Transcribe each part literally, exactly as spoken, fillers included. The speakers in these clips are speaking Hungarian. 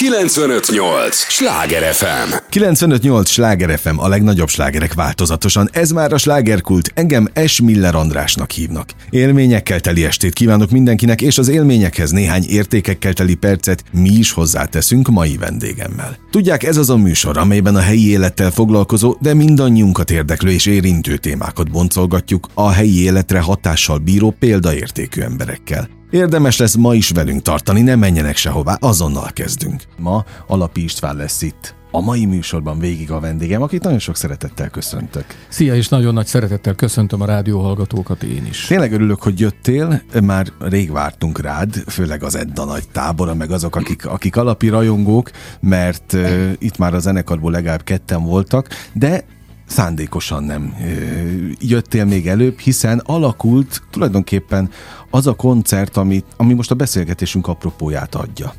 kilencvenöt nyolc Sláger ef em. kilencvenöt nyolc Sláger ef em, a legnagyobb slágerek változatosan. Ez már a slágerkult, engem S. Miller Andrásnak hívnak. Élményekkel teli estét kívánok mindenkinek, és az élményekhez néhány értékekkel teli percet mi is hozzáteszünk mai vendégemmel. Tudják, ez az a műsor, amelyben a helyi élettel foglalkozó, de mindannyiunkat érdeklő és érintő témákat boncolgatjuk a helyi életre hatással bíró példaértékű emberekkel. Érdemes lesz ma is velünk tartani, ne menjenek sehová, azonnal kezdünk. Ma Alapi István lesz itt. A mai műsorban végig a vendégem, akit nagyon sok szeretettel köszöntök. Szia, és nagyon nagy szeretettel köszöntöm a rádióhallgatókat én is. Tényleg örülök, hogy jöttél, már rég vártunk rád, főleg az Edda nagy tábora, meg azok, akik, akik Alapi rajongók, mert uh, itt már a zenekarból legalább ketten voltak, de szándékosan nem jöttél még előbb, hiszen alakult tulajdonképpen az a koncert, ami, ami most a beszélgetésünk apropóját adja.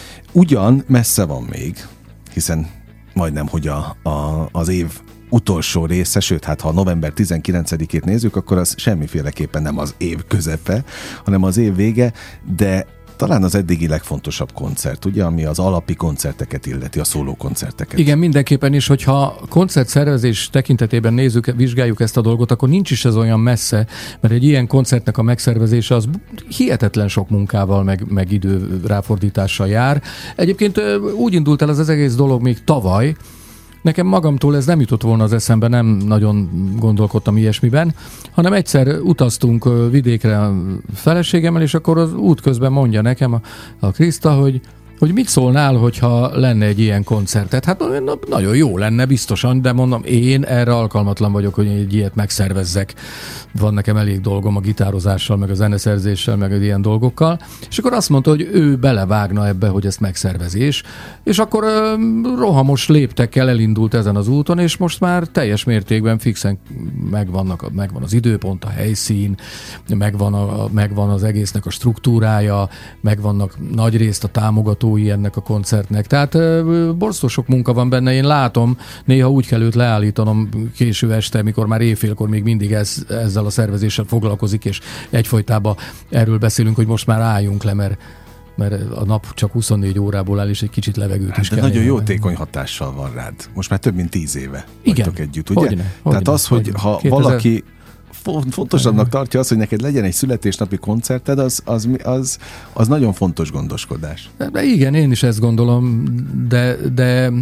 Ugyan messze van még, hiszen majdnem, hogy a, a, az év utolsó része, sőt, hát ha november tizenkilencedikét nézzük, akkor az semmiféleképpen nem az év közepe, hanem az év vége, de talán az eddigi legfontosabb koncert, ugye, ami az Alapi koncerteket illeti, a szóló koncerteket. Igen, mindenképpen is, hogyha koncertszervezés tekintetében nézzük, vizsgáljuk ezt a dolgot, akkor nincs is ez olyan messze, mert egy ilyen koncertnek a megszervezése az hihetetlen sok munkával, meg, meg idő ráfordítással jár. Egyébként úgy indult el az, az egész dolog még tavaly. Nekem magamtól ez nem jutott volna az eszembe, nem nagyon gondolkodtam ilyesmiben, hanem egyszer utaztunk vidékre a feleségemmel, és akkor az út közben mondja nekem a, a Kriszta, hogy hogy mit szólnál, hogyha lenne egy ilyen koncertet. Hát nagyon jó lenne biztosan, de mondom, én erre alkalmatlan vagyok, hogy egy ilyet megszervezzek. Van nekem elég dolgom a gitározással, meg a zeneszerzéssel, meg az ilyen dolgokkal. És akkor azt mondta, hogy ő belevágna ebbe, hogy ezt megszervezés. És akkor ö, rohamos léptekkel elindult ezen az úton, és most már teljes mértékben fixen megvannak, megvan az időpont, a helyszín, megvan, a, megvan az egésznek a struktúrája, megvannak nagyrészt a támogató ennek a koncertnek. Tehát borzasztó sok munka van benne, én látom, néha úgy kell őt leállítanom késő este, mikor már éjfélkor még mindig ez, ezzel a szervezéssel foglalkozik, és egyfolytában erről beszélünk, hogy most már álljunk le, mert, mert a nap csak huszonnégy órából áll, és egy kicsit levegőt is de kell. Nagyon jótékony hatással van rád. Most már több mint tíz éve igen, vagytok együtt, ugye? Hogyne, hogyne, Tehát az, hogy hogyne. ha kétezer valaki fontosabbnak tartja azt, hogy neked legyen egy születésnapi koncerted, az, az, az, az nagyon fontos gondoskodás. De igen, én is ezt gondolom, de, de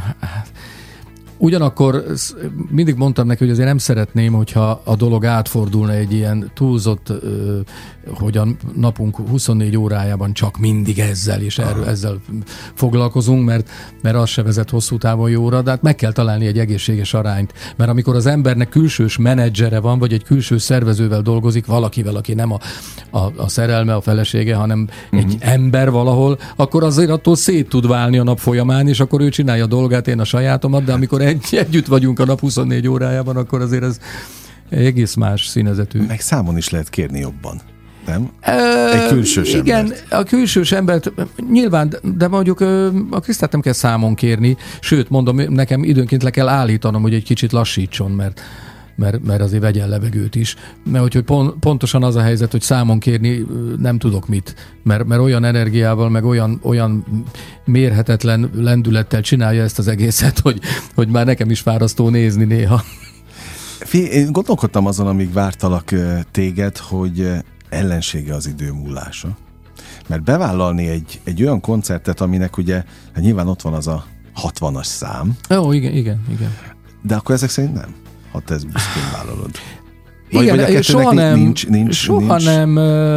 ugyanakkor mindig mondtam neki, hogy azért nem szeretném, hogyha a dolog átfordulna egy ilyen túlzott, hogy a napunk huszonnégy órájában csak mindig ezzel és erről, ezzel foglalkozunk, mert, mert az se vezet hosszú távon jóra, de hát meg kell találni egy egészséges arányt. Mert amikor az embernek külsős menedzsere van, vagy egy külső szervezővel dolgozik, valakivel, aki nem a, a, a szerelme, a felesége, hanem uh-huh. egy ember valahol, akkor azért attól szét tud válni a nap folyamán, és akkor ő csinálja a dolgát, én a sajátomat, de amikor egy, együtt vagyunk a nap huszonnégy órájában, akkor azért ez egész más színezetű. Meg számon is lehet kérni jobban. Nem? Egy külsős igen, embert. a külsős embert nyilván, de mondjuk a Krisztát nem kell számon kérni, sőt, mondom, nekem időnként le kell állítanom, hogy egy kicsit lassítson, mert, mert, mert azért vegyen levegőt is. Mert hogy pont, pontosan az a helyzet, hogy számon kérni nem tudok mit, mert, mert olyan energiával, meg olyan, olyan mérhetetlen lendülettel csinálja ezt az egészet, hogy, hogy már nekem is fárasztó nézni néha. Fé, én gondolkodtam azon, amíg vártalak téged, hogy ellensége az idő múlása. Mert bevállalni egy, egy olyan koncertet, aminek ugye, hát nyilván ott van az a hatvanas szám. Ó, igen, igen, igen. De akkor ezek szerint nem, ha te ezt büszkén vállalod. Vagy, igen, vagy a soha nem, nincs, nincs, soha nincs. nem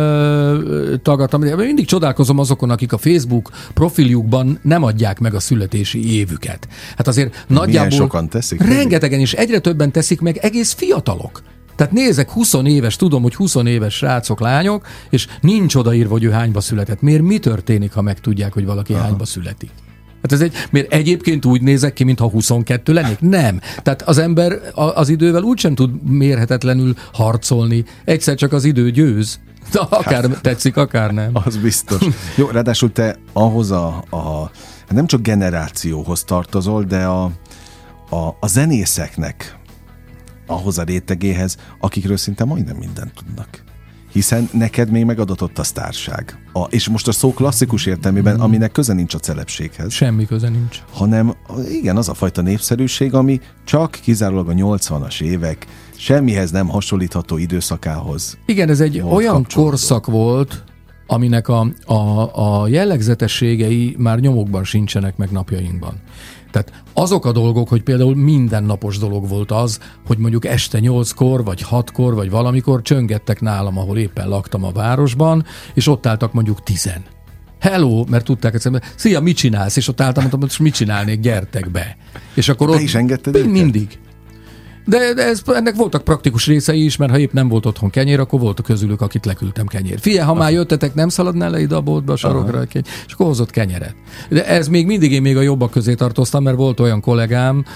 uh, tagadtam. Mindig csodálkozom azokon, akik a Facebook profiljukban nem adják meg a születési évüket. Hát azért milyen nagyjából sokan teszik? rengetegen, és egyre többen teszik meg, egész fiatalok. Tehát nézek, húsz éves, tudom, hogy húsz éves srácok, lányok, és nincs odaírva, hogy ő hányba született. Miért mi történik, ha megtudják, hogy valaki Aha. hányba születik? Hát ez egy, miért egyébként úgy nézek ki, mintha huszonkettő lennék? Nem. Tehát az ember az idővel úgysem tud mérhetetlenül harcolni. Egyszer csak az idő győz. De akár hát, tetszik, akár nem. Az biztos. Jó, ráadásul te ahhoz a, a nem csak generációhoz tartozol, de a, a, a zenészeknek ahhoz a rétegéhez, akikről szinte majdnem mindent tudnak. hiszen neked még megadatott a sztárság. A, és most a szó klasszikus értelmében, aminek köze nincs a celebséghez. Semmi köze nincs. Hanem igen, az a fajta népszerűség, ami csak kizárólag a nyolcvanas évek semmihez nem hasonlítható időszakához. Igen, ez egy olyan kapcsolódó korszak volt, aminek a, a, a jellegzetességei már nyomokban sincsenek meg napjainkban. Tehát azok a dolgok, hogy például mindennapos dolog volt az, hogy mondjuk este nyolckor, vagy hatkor, vagy valamikor csöngettek nálam, ahol éppen laktam a városban, és ott álltak mondjuk tizen. Hello, mert tudták egyszerűen, szia, mit csinálsz? És ott álltam, mondtam, hogy mit csinálnék, gyertek be. És akkor Te ott is engedted őket? Mindig. De, de ez, ennek voltak praktikus részei is, mert ha épp nem volt otthon kenyér, akkor volt a közülük, akit leküldtem kenyér. Figyelj, ha már jöttetek, nem szaladnál le ide a boltba, a sarokra, és akkor hozott kenyeret. De ez még mindig én még a jobbak közé tartoztam, mert volt olyan kollégám,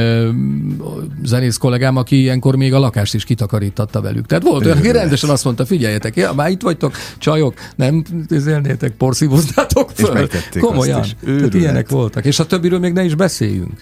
zenész kollégám, aki ilyenkor még a lakást is kitakarítatta velük. Tehát volt olyan, aki rendesen azt mondta, figyeljetek, ja, már itt vagytok, csajok, nem élnétek, porszívóznátok föl. Komolyan. Tehát ilyenek voltak. És a többiről még ne is beszéljünk.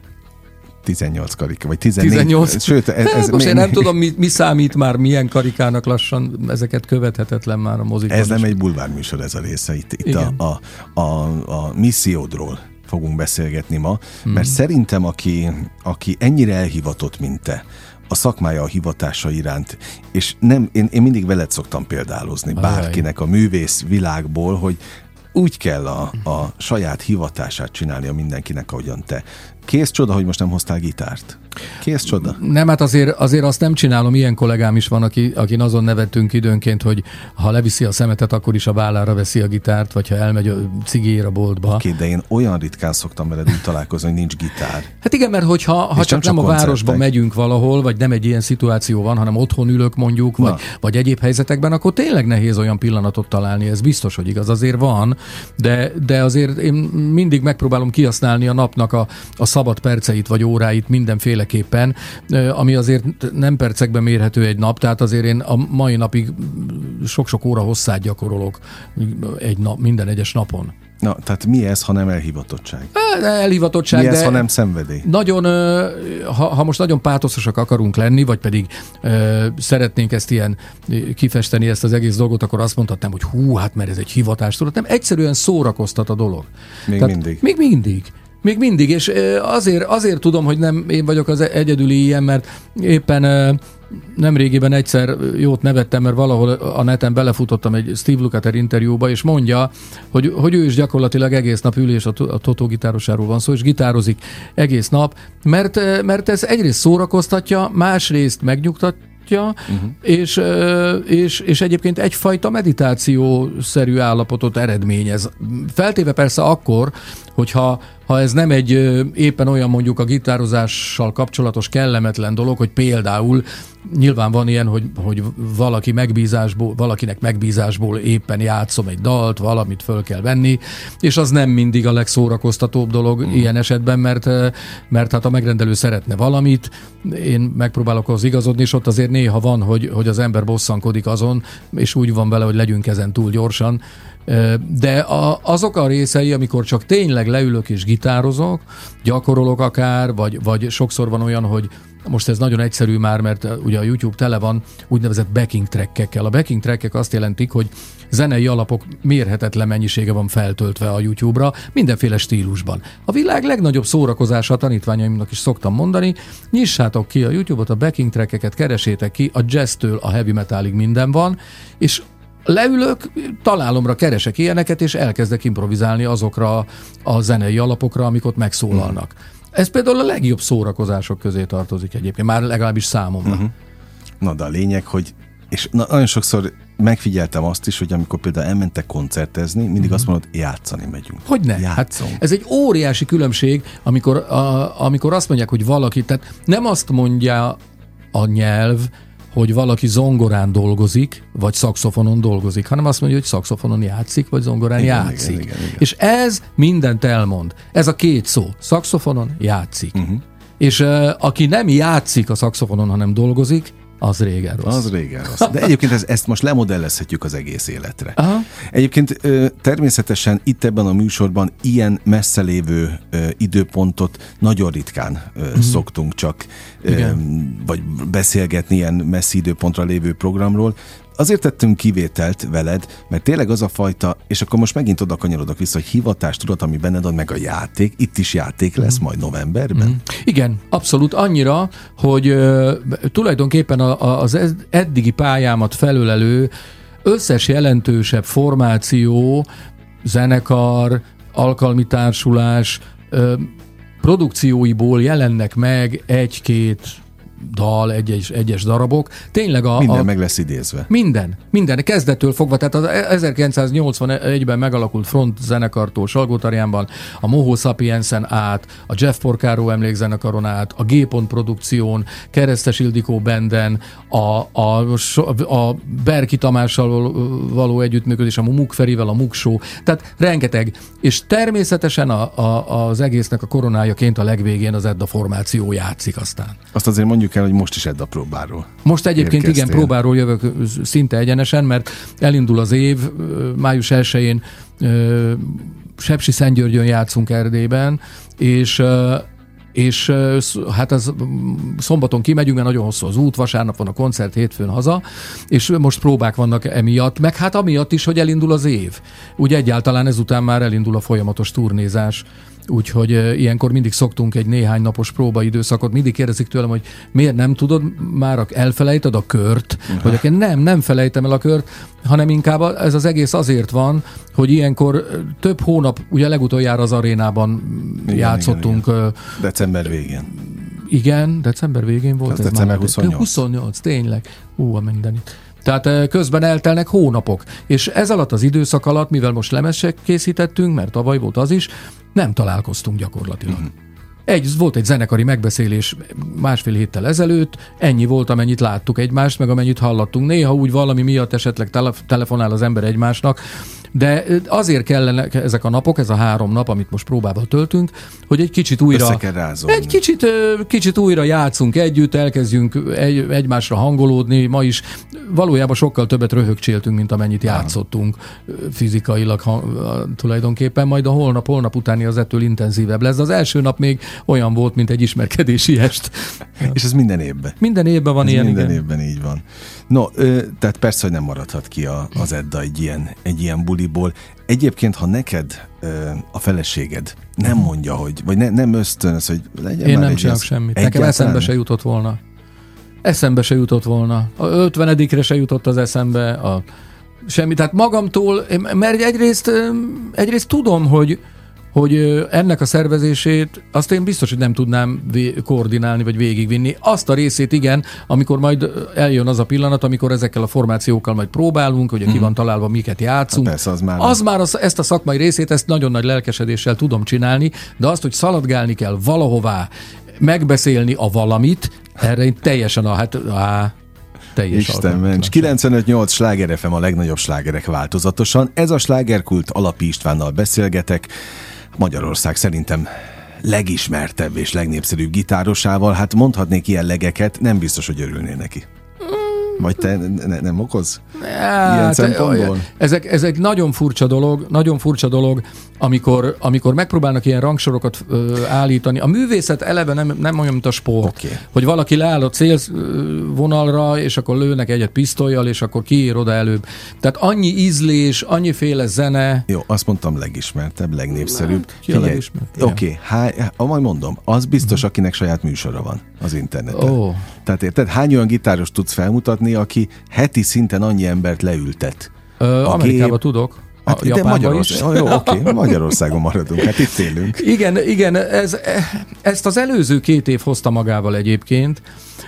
tizennyolc karika, vagy tizennégy. tizennyolc. Sőt, ez, ez most még, én nem tudom, mi, mi számít már, milyen karikának lassan, ezeket követhetetlen már a mozikban. Ez nem egy bulvárműsor, ez a része. Itt, itt a, a, a, a missziódról fogunk beszélgetni ma, hmm. mert szerintem, aki, aki ennyire elhivatott, mint te, a szakmája, a hivatása iránt, és nem, én, én mindig veled szoktam példálozni bárkinek a művész világból, hogy úgy kell a, a saját hivatását csinálnia mindenkinek, ahogyan te. Kész csoda, hogy most nem hoztál gitárt. Kész csoda. Nem, hát azért, azért azt nem csinálom, ilyen kollégám is van, aki, akin azon nevettünk időnként, hogy ha leviszi a szemetet, akkor is a vállára veszi a gitárt, vagy ha elmegy a cigér a boltba. Oké, de én olyan ritkán szoktam veled úgy találkozni, hogy nincs gitár. Hát igen, mert hogyha ha csak, csak nem a koncertek. Városba megyünk valahol, vagy nem egy ilyen szituáció van, hanem otthon ülök mondjuk, vagy, vagy egyéb helyzetekben, akkor tényleg nehéz olyan pillanatot találni, ez biztos, hogy igaz, azért van, de, de azért én mindig megpróbálom kihasználni a napnak a, a szabad perceit, vagy óráit mindenféleképpen, ami azért nem percekben mérhető egy nap, tehát azért én a mai napig sok-sok óra hosszát gyakorolok egy nap, minden egyes napon. Na, tehát mi ez, ha nem elhivatottság? Elhivatottság, mi ez, de ha nem szenvedély? Nagyon, ha, ha most nagyon pátoszosak akarunk lenni, vagy pedig ö, szeretnénk ezt ilyen kifesteni, ezt az egész dolgot, akkor azt mondhatnám, hogy hú, hát mert ez egy hivatás, tudod, nem, egyszerűen szórakoztat a dolog. Még Tehát, mindig. Még mindig. Még mindig, és azért, azért tudom, hogy nem én vagyok az egyedüli ilyen, mert éppen nemrégiben egyszer jót nevettem, mert valahol a neten belefutottam egy Steve Lukather interjúba, és mondja, hogy, hogy ő is gyakorlatilag egész nap ül, és a, a Totó gitárosáról van szó, és gitározik egész nap, mert, mert ez egyrészt szórakoztatja, másrészt megnyugtatja, Uh-huh. És, és, és egyébként egyfajta meditációszerű állapotot eredményez. Feltéve persze akkor, hogyha ha ez nem egy éppen olyan mondjuk a gitározással kapcsolatos kellemetlen dolog, hogy például nyilván van ilyen, hogy, hogy valaki megbízásból, valakinek megbízásból éppen játszom egy dalt, valamit föl kell venni, és az nem mindig a legszórakoztatóbb dolog mm. ilyen esetben, mert, mert hát a megrendelő szeretne valamit, én megpróbálok az igazodni, és ott azért néha van, hogy, hogy az ember bosszankodik azon, és úgy van vele, hogy legyünk ezen túl gyorsan, de a, azok a részei, amikor csak tényleg leülök és gitározok, gyakorolok akár, vagy, vagy sokszor van olyan, hogy most ez nagyon egyszerű már, mert ugye a YouTube tele van úgynevezett backing trackekkel. A backing trackek azt jelentik, hogy zenei alapok mérhetetlen mennyisége van feltöltve a YouTube-ra, mindenféle stílusban. A világ legnagyobb szórakozása, a tanítványaimnak is szoktam mondani, nyissátok ki a YouTube-ot, a backing trackeket keresétek ki, a jazztől a heavy metalig minden van, és leülök, találomra keresek ilyeneket, és elkezdek improvizálni azokra a zenei alapokra, amik ott megszólalnak. Ez például a legjobb szórakozások közé tartozik egyébként, már legalábbis számomra. Uh-huh. Na, de a lényeg, hogy és na, nagyon sokszor megfigyeltem azt is, hogy amikor például elmentek koncertezni, mindig uh-huh. azt mondod, játszani megyünk. Hogyne? Hát ez egy óriási különbség, amikor, a, amikor azt mondják, hogy valaki, tehát nem azt mondja a nyelv, hogy valaki zongorán dolgozik, vagy szaxofonon dolgozik, hanem azt mondja, hogy szaxofonon játszik, vagy zongorán igen, játszik. Igen, igen, igen. És ez mindent elmond. Ez a két szó. Szaxofonon játszik. Uh-huh. És uh, aki nem játszik a szaxofonon, hanem dolgozik, az régen rossz. Az régen rossz. De egyébként ez, ezt most lemodellezhetjük az egész életre. Aha. Egyébként természetesen itt ebben a műsorban ilyen messze lévő időpontot nagyon ritkán mm. szoktunk csak, igen. vagy beszélgetni ilyen messzi időpontra lévő programról. azért tettünk kivételt veled, mert tényleg az a fajta, és akkor most megint oda kanyarodok vissza, hogy hivatás, tudat, ami benned van, meg a játék, itt is játék lesz majd novemberben. Mm. Igen, abszolút annyira, hogy uh, tulajdonképpen a, a, az eddigi pályámat felölelő összes jelentősebb formáció, zenekar, alkalmi társulás, uh, produkcióiból jelennek meg egy-két dal, egyes, egyes darabok. Tényleg a... Minden a, meg lesz idézve. Minden. Minden. Kezdettől fogva. Tehát az ezerkilencszáznyolcvanegyben megalakult Front zenekartól Salgótarjánban, a Moho Sapiensen át, a Jeff Porcaro emlékzenekaron át, a G-pont produkción, Keresztes Ildikó banden, a, a, a Berki Tamással való együttműködés, a Muk Ferivel, a Muk Show. Tehát rengeteg. És természetesen a, a, az egésznek a koronájaként a legvégén az Edda formáció játszik aztán. Azt azért mondjuk el, hogy most is Edda próbáról. Most egyébként érkeztél. Igen, próbáról jövök szinte egyenesen, mert elindul az év, május elsején Sepsiszentgyörgyön játszunk Erdélyben, és és hát az szombaton kimegyünk, mert nagyon hosszú az út, vasárnap van a koncert, hétfőn haza, és most próbák vannak emiatt, meg hát amiatt is, hogy elindul az év. Úgy egyáltalán ezután már elindul a folyamatos turnézás, úgyhogy ilyenkor mindig szoktunk egy néhány napos próbaidőszakot, mindig kérdezik tőlem, hogy miért nem tudod, már elfelejted a kört, uh-huh. vagy akkor nem, nem felejtem el a kört, hanem inkább ez az egész azért van, hogy ilyenkor több hónap, ugye legutoljára az arénában igen, játszottunk. Igen, igen. December végén. Igen, december végén volt. Ez december huszonnyolc. huszonnyolc, tényleg. Ú, a mindenit. Tehát közben eltelnek hónapok, és ez alatt az időszak alatt, mivel most lemezsek készítettünk, mert tavaly volt az is, nem találkoztunk gyakorlatilag. Uh-huh. Egy, volt egy zenekari megbeszélés másfél héttel ezelőtt, ennyi volt, amennyit láttuk egymást, meg amennyit hallattunk. Néha úgy valami miatt esetleg tele, telefonál az ember egymásnak, de azért kellene ezek a napok, ez a három nap, amit most próbával töltünk, hogy egy kicsit újra egy kicsit, kicsit újra játszunk együtt, elkezdjünk egy, egymásra hangolódni. Ma is valójában sokkal többet röhögcséltünk, mint amennyit játszottunk fizikailag ha, tulajdonképpen, majd a holnap, holnap utáni az ettől intenzívebb lesz. Az első nap még olyan volt, mint egy ismerkedési est. És ez minden évben. Minden évben van ez ilyen, minden igen. évben így van. No, ö, tehát persze, hogy nem maradhat ki a, az Edda egy ilyen, egy ilyen buliból. Egyébként, ha neked ö, a feleséged nem mondja, hogy, vagy ne, nem ösztönöz, hogy legyen Én már nem egy csinálok az, semmit. egyáltalán? Nekem eszembe se jutott volna. Eszembe se jutott volna. A ötvenedikre se jutott az eszembe. A semmi. Tehát magamtól, mert egyrészt, egyrészt tudom, hogy hogy ennek a szervezését azt én biztos, hogy nem tudnám vé- koordinálni, vagy végigvinni. Azt a részét igen, amikor majd eljön az a pillanat, amikor ezekkel a formációkkal majd próbálunk, hogy ki van találva, miket játszunk. Hát persze, az már, az már az, ezt a szakmai részét, ezt nagyon nagy lelkesedéssel tudom csinálni, de azt, hogy szaladgálni kell valahová, megbeszélni a valamit, erre én teljesen a hát... Á, Isten ments. kilencvenöt nyolc Sláger ef em a legnagyobb slágerek változatosan. Ez a Slágerkult, Alapi Istvánnal beszélgetek. Magyarország szerintem legismertebb és legnépszerűbb gitárosával. Hát mondhatnék ilyen legeket, nem biztos, hogy örülnél neki. Vagy te ne, nem okoz? Hát, ilyen szempontból? Ezek, ezek nagyon furcsa dolog, nagyon furcsa dolog, amikor, amikor megpróbálnak ilyen rangsorokat ö, állítani. A művészet eleve nem, nem olyan, mint a sport. Okay. Hogy valaki leáll a célvonalra, és akkor lőnek egyet pisztollyal, és akkor kiír oda előbb. Tehát annyi ízlés, annyiféle zene. Jó, azt mondtam legismertebb, legnépszerűbb. Ki a legismertebb? Oké, okay, majd mondom, az biztos, akinek saját műsora van az interneten. Oh. Tehát érted, hány olyan gitáros tudsz felmutatni, aki heti szinten annyi embert leültet? Ö, Amerikában gép... tudok. Hát ide Magyarországon, jó, oké, okay, Magyarországon maradunk, hát itt élünk. Igen, igen, ez, ezt az előző két év hozta magával egyébként.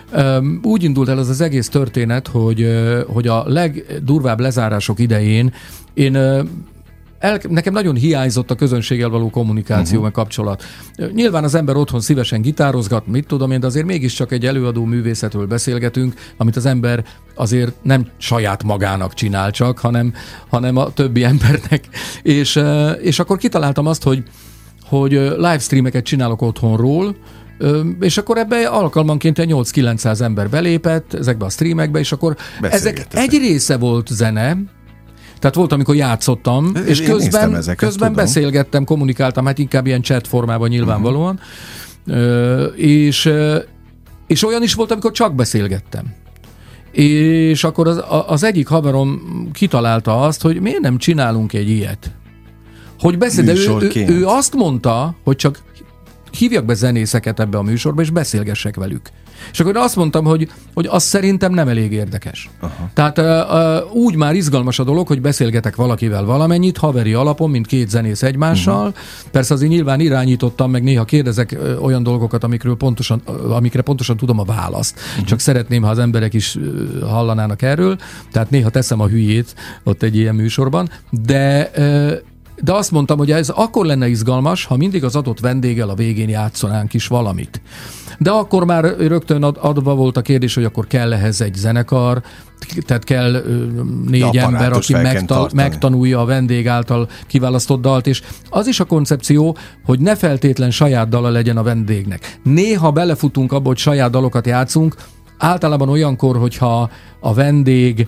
Úgy indult el az az egész történet, hogy, hogy a legdurvább lezárások idején én El, nekem nagyon hiányzott a közönséggel való kommunikáció, uh-huh. meg kapcsolat. Nyilván az ember otthon szívesen gitározgat, mit tudom én, de azért mégiscsak egy előadó művészetről beszélgetünk, amit az ember azért nem saját magának csinál csak, hanem, hanem a többi embernek. És, és akkor kitaláltam azt, hogy, hogy livestreameket csinálok otthonról, és akkor ebbe alkalmanként nyolc-kilencszáz ember belépett ezekbe a streamekbe, és akkor ezek egy része volt zene. Tehát volt, amikor játszottam, én és közben, ezeket, közben beszélgettem, kommunikáltam, hát inkább ilyen chat formában nyilvánvalóan, uh-huh. és, és olyan is volt, amikor csak beszélgettem. És akkor az, az egyik haverom kitalálta azt, hogy miért nem csinálunk egy ilyet. Hogy beszél, de ő, ő, ő azt mondta, hogy csak hívjak be zenészeket ebbe a műsorba, és beszélgessek velük. És akkor azt mondtam, hogy, hogy az szerintem nem elég érdekes. Aha. Tehát uh, uh, úgy már izgalmas a dolog, hogy beszélgetek valakivel valamennyit, haveri alapon, mint két zenész egymással. Uh-huh. Persze azért nyilván irányítottam, meg néha kérdezek uh, olyan dolgokat, amikről pontosan, uh, amikre pontosan tudom a választ. Uh-huh. Csak szeretném, ha az emberek is uh, hallanának erről. Tehát néha teszem a hülyét ott egy ilyen műsorban. De... Uh, De azt mondtam, hogy ez akkor lenne izgalmas, ha mindig az adott vendéggel a végén játszanánk is valamit. De akkor már rögtön adva volt a kérdés, hogy akkor kell ehhez egy zenekar, tehát kell négy ember, aki megta- megtanulja a vendég által kiválasztott dalt, és az is a koncepció, hogy ne feltétlen saját dala legyen a vendégnek. Néha belefutunk abba, hogy saját dalokat játszunk, általában olyankor, hogyha a vendég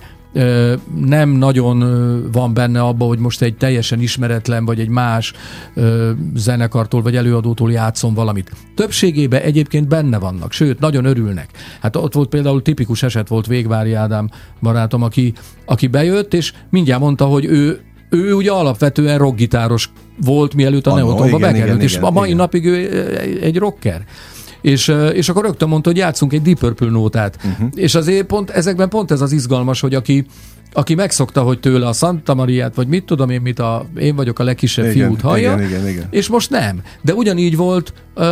nem nagyon van benne abba, hogy most egy teljesen ismeretlen, vagy egy más zenekartól, vagy előadótól játszom valamit. Többségében egyébként benne vannak, sőt, nagyon örülnek. Hát ott volt például tipikus eset volt Végvári Ádám barátom, aki, aki bejött, és mindjárt mondta, hogy ő, ő ugye alapvetően rockgitáros volt, mielőtt a oh, Neotonba bekerült, és igen, a mai igen. napig ő egy rocker. És, és akkor rögtön mondta, hogy játszunk egy Deep Purple nótát. Uh-huh. És azért pont ezekben pont ez az izgalmas, hogy aki, aki megszokta, hogy tőle a Santa Mariát, vagy mit tudom én, mit a, én vagyok a legkisebb igen, fiút hallja, igen, igen, igen. És most nem. De ugyanígy volt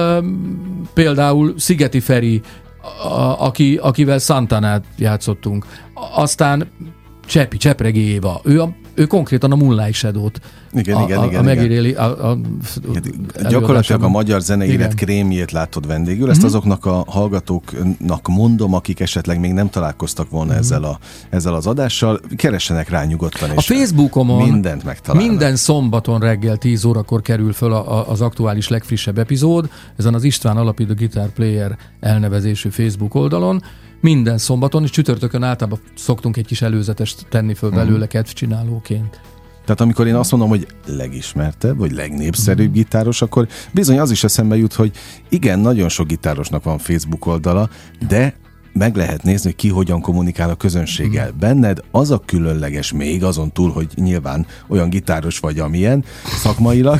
um, például Szigeti Feri, a, aki, akivel Santanát játszottunk. Aztán Csepi, Csepregi Éva. Ő, a, ő konkrétan a Moonlight Shadow-t igen, a, igen, a, igen, a megíréli. A, a, gyakorlatilag a magyar zene élet krémjét látod vendégül. Ezt mm-hmm. azoknak a hallgatóknak mondom, akik esetleg még nem találkoztak volna mm-hmm. ezzel, a, ezzel az adással, keressenek rá nyugodtan. A Facebookomon mindent megtalálnak. Minden szombaton reggel tíz órakor kerül föl a, a, az aktuális legfrissebb epizód. Ezen az István Alapító Guitar Player elnevezésű Facebook oldalon. Minden szombaton, és csütörtökön általában szoktunk egy kis előzetest tenni föl belőle mm-hmm. kedvcsinálóként. Tehát amikor én azt mondom, hogy legismertebb, vagy legnépszerűbb mm. gitáros, akkor bizony az is eszembe jut, hogy igen, nagyon sok gitárosnak van Facebook oldala, de meg lehet nézni, hogy ki hogyan kommunikál a közönséggel. Mm. Benned az a különleges még, azon túl, hogy nyilván olyan gitáros vagy, amilyen szakmailag.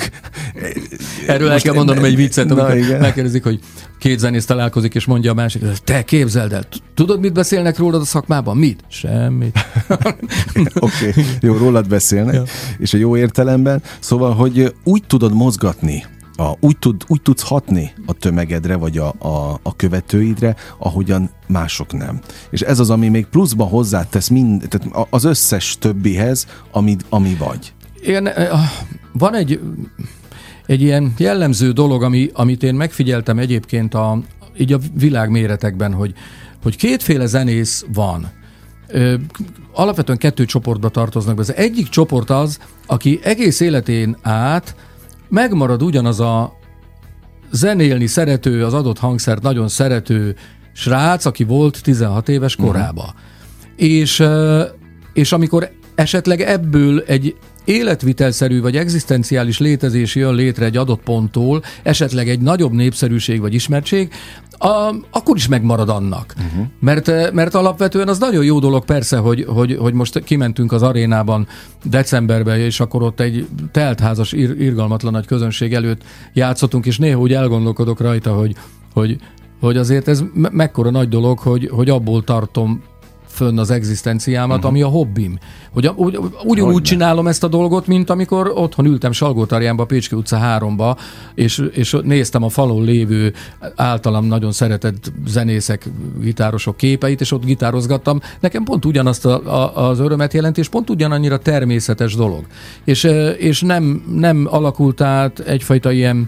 Erről el kell mondanom egy viccet, amikor megkérdezik, hogy két zenész találkozik, és mondja a másik, te képzeld el, tudod, mit beszélnek rólad a szakmában? Mit? Semmit. Oké, okay. Jó, rólad beszélnek, ja. És a jó értelemben. Szóval, hogy úgy tudod mozgatni, a, úgy, tud, úgy tudsz hatni a tömegedre, vagy a, a, a követőidre, ahogyan mások nem. És ez az, ami még pluszban hozzátesz mind, tehát az összes többihez, ami, ami vagy. Igen, van egy... Egy ilyen jellemző dolog, ami, amit én megfigyeltem egyébként a, így a világméretekben, hogy, hogy kétféle zenész van. Ö, alapvetően kettő csoportba tartoznak be. Az egyik csoport az, aki egész életén át megmarad ugyanaz a zenélni szerető, az adott hangszert nagyon szerető srác, aki volt tizenhat éves korában. Uh-huh. És, és amikor esetleg ebből egy életvitelszerű vagy egzisztenciális létezés jön létre egy adott ponttól, esetleg egy nagyobb népszerűség vagy ismertség, a, akkor is megmarad annak. Uh-huh. Mert, mert alapvetően az nagyon jó dolog persze, hogy, hogy, hogy most kimentünk az arénában decemberben, és akkor ott egy teltházas, ir, irgalmatlan nagy közönség előtt játszottunk, és néha úgy elgondolkodok rajta, hogy, hogy, hogy azért ez me- mekkora nagy dolog, hogy, hogy abból tartom fönn az egzisztenciámat, uh-huh. ami a hobbim. Hogy úgy, ugyanúgy csinálom ezt a dolgot, mint amikor otthon ültem Salgótarjánba, Pécske utca háromba, és, és néztem a falon lévő általam nagyon szeretett zenészek, gitárosok képeit, és ott gitározgattam. Nekem pont ugyanazt a, a, az örömet jelent, és pont ugyanannyira természetes dolog. És, és nem, nem alakult át egyfajta ilyen,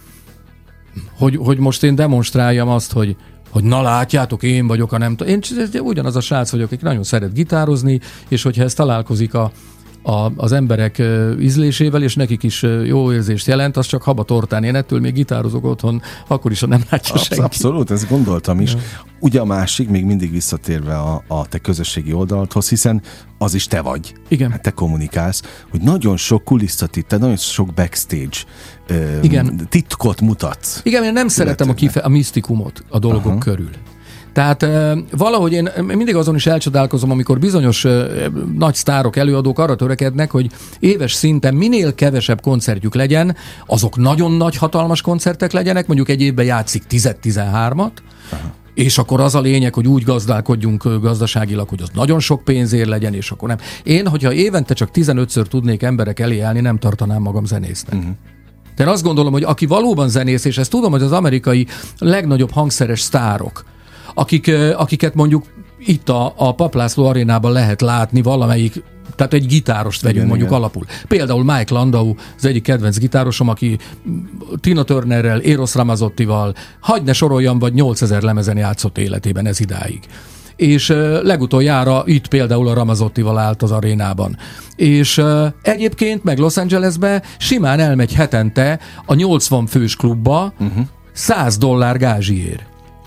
hogy, hogy most én demonstráljam azt, hogy hogy na látjátok, én vagyok a nem tudom. Én ugyanaz a srác vagyok, aki nagyon szeret gitározni, és hogyha ez találkozik a, a, az emberek ízlésével, és nekik is jó érzést jelent, az csak haba tortán. Én ettől még gitározok otthon, akkor is, ha nem látja Absz- senki. Abszolút, ezt gondoltam is. Ja. Ugye a másik, még mindig visszatérve a, a te közösségi oldaladhoz, hiszen az is te vagy. Igen. Hát te kommunikálsz, hogy nagyon sok kulisszatitt, nagyon sok backstage Igen. titkot mutatsz. Igen, én nem szeretem a, kife- a misztikumot a dolgok Aha. körül. Tehát valahogy én mindig azon is elcsodálkozom, amikor bizonyos nagy sztárok, előadók arra törekednek, hogy éves szinten minél kevesebb koncertjük legyen, azok nagyon nagy, hatalmas koncertek legyenek, mondjuk egy évben játszik tíz-tizenhármat, és akkor az a lényeg, hogy úgy gazdálkodjunk gazdaságilag, hogy az nagyon sok pénzért legyen, és akkor nem. Én, hogyha évente csak tizenötször tudnék emberek elé állni, nem tartanám magam zenésznek. Uh-huh. De én azt gondolom, hogy aki valóban zenész, és ezt tudom, hogy az amerikai legnagyobb hangszeres sztárok, akik, akiket mondjuk itt a, a Paplászló arénában lehet látni valamelyik, tehát egy gitárost vegyünk igen, mondjuk igen. alapul. Például Mike Landau, az egyik kedvenc gitárosom, aki Tina Turnerrel, Eros Ramazottival, hadd ne soroljam, vagy nyolcezer lemezen játszott életében ez idáig. És uh, legutoljára itt például a Ramazottival állt az arénában. És uh, egyébként meg Los Angelesbe simán elmegy hetente a nyolcvan fős klubba uh-huh. száz dollár gázsiért.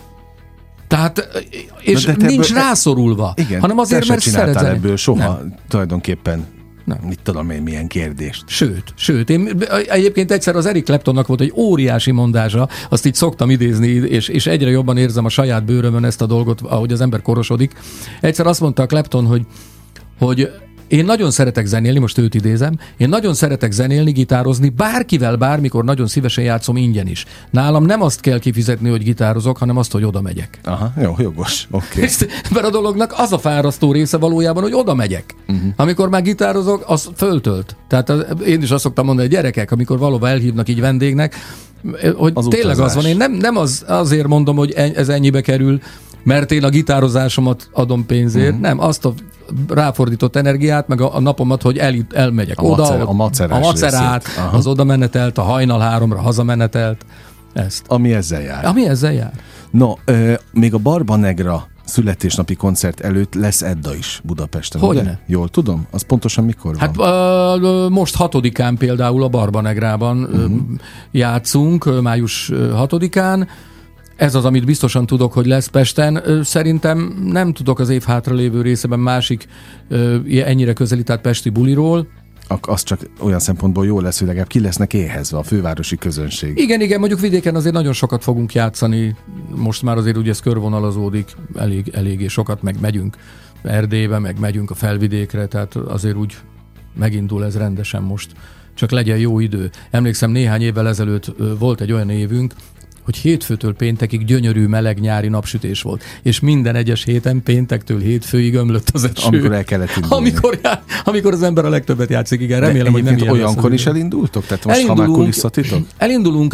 Tehát, és nincs ebből, rászorulva, igen, hanem azért, mert szeretem. Ebből soha nem. tulajdonképpen nem. Mit tudom én, milyen kérdést. Sőt, sőt, én egyébként egyszer az Eric Claptonnak volt egy óriási mondása, azt így szoktam idézni, és, és egyre jobban érzem a saját bőrömön ezt a dolgot, ahogy az ember korosodik. Egyszer azt mondta a Clapton, hogy, hogy én nagyon szeretek zenélni, most őt idézem, én nagyon szeretek zenélni, gitározni, bárkivel, bármikor nagyon szívesen játszom ingyen is. Nálam nem azt kell kifizetni, hogy gitározok, hanem azt, hogy oda megyek. Aha, jó, jogos, oké. Okay. Mert a dolognak az a fárasztó része valójában, hogy oda megyek. Uh-huh. Amikor már gitározok, az föltölt. Tehát az, én is azt szoktam mondani, hogy gyerekek, amikor valóban elhívnak így vendégnek, hogy az tényleg utazás. Az van, én nem, nem az, azért mondom, hogy ez ennyibe kerül, mert én a gitározásomat adom pénzért, uh-huh. nem, azt a ráfordított energiát, meg a, a napomat, hogy el, elmegyek a oda, macer, a, a macerát, az oda menetelt, a hajnal háromra hazamenetelt, ezt. Ami ezzel jár. Ami ezzel jár. No, euh, még a Barba Negra születésnapi koncert előtt lesz Edda is Budapesten. Hogyne? Jól tudom? Az pontosan mikor van? Hát uh, most hatodikán például a Barba Negrában uh-huh. játszunk, május hatodikán. Ez az, amit biztosan tudok, hogy lesz Pesten. Szerintem nem tudok az év hátralévő részében másik ennyire közelített pesti buliról. Az csak olyan szempontból jó lesz, hogy legalább ki lesznek éhezve a fővárosi közönség. Igen, igen, mondjuk vidéken azért nagyon sokat fogunk játszani. Most már azért ugye ez körvonalazódik, elég, eléggé sokat, meg megyünk Erdélybe, meg megyünk a Felvidékre, tehát azért úgy megindul ez rendesen most. Csak legyen jó idő. Emlékszem, néhány évvel ezelőtt volt egy olyan évünk, hogy hétfőtől péntekig gyönyörű, meleg nyári napsütés volt. És minden egyes héten péntektől hétfőig ömlött az eső. Amikor el kellett indulni. Amikor, já, amikor az ember a legtöbbet játszik, igen. Remélem, hogy nem ilyen olyankor lesz, is elindultok? Tehát most elindulunk, ha már kulisszatitok? Elindulunk.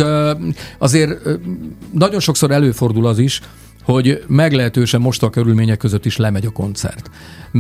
Azért nagyon sokszor előfordul az is, hogy meglehetősen most a körülmények között is lemegy a koncert.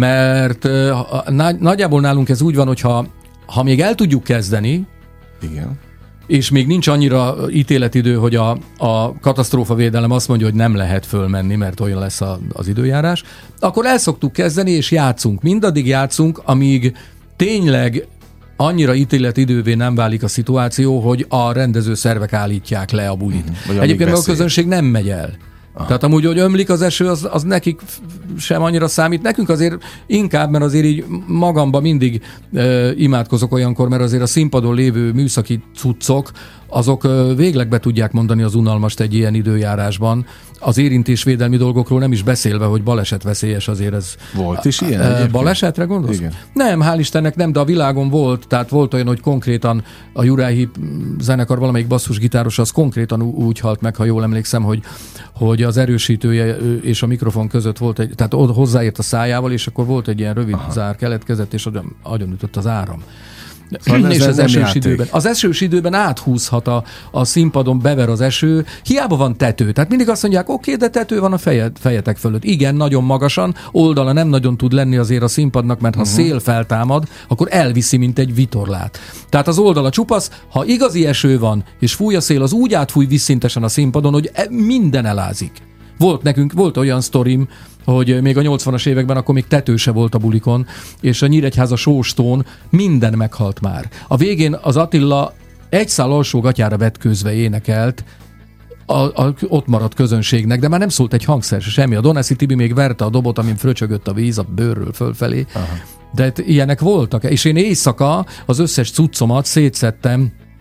Mert nagyjából nálunk ez úgy van, hogyha ha még el tudjuk kezdeni, igen, és még nincs annyira ítéletidő, hogy a, a katasztrófavédelem azt mondja, hogy nem lehet fölmenni, mert olyan lesz a, az időjárás, akkor el szoktuk kezdeni, és játszunk. Mindaddig játszunk, amíg tényleg annyira ítéletidővé nem válik a szituáció, hogy a rendező szervek állítják le a bulit. Uh-huh. Egyébként a közönség nem megy el. Aha. Tehát amúgy, hogy ömlik az eső, az, az nekik sem annyira számít. Nekünk azért inkább, mert azért így magamban mindig e, imádkozok olyankor, mert azért a színpadon lévő műszaki cuccok, azok e, végleg be tudják mondani az unalmast egy ilyen időjárásban. Az érintésvédelmi dolgokról nem is beszélve, hogy balesetveszélyes azért ez. Volt is ilyen? E, balesetre gondolsz? Igen. Nem, hál' Istennek nem, de a világon volt, tehát volt olyan, hogy konkrétan a Uriah Heep zenekar valamelyik basszusgitáros az konkrétan úgy halt meg, ha jól emlékszem, hogy, hogy az erősítője és a mikrofon között volt egy, tehát hozzáért a szájával, és akkor volt egy ilyen rövid Aha. zár keletkezett, és agyon, agyon ütött az áram. Szóval és az esős időben. Az esős időben áthúzhat a, a színpadon, bever az eső, hiába van tető. Tehát mindig azt mondják, oké, okay, de tető van a fejed, fejetek fölött. Igen, nagyon magasan, oldala nem nagyon tud lenni azért a színpadnak, mert ha uh-huh. szél feltámad, akkor elviszi, mint egy vitorlát. Tehát az oldala csupasz, ha igazi eső van, és fúj a szél, az úgy átfúj vízszintesen a színpadon, hogy minden elázik. Volt nekünk, volt olyan sztorim, hogy még a nyolcvanas években akkor még tető se volt a bulikon, és a Nyíregyháza sóstón minden meghalt már. A végén az Attila egy szál alsó gatyára vetkőzve énekelt a, a ott maradt közönségnek, de már nem szólt egy hangszer se semmi. A Donászi Tibi még verte a dobot, amin fröcsögött a víz a bőrről fölfelé. Aha. De ilyenek voltak. És én éjszaka az összes cuccomat szétszedtem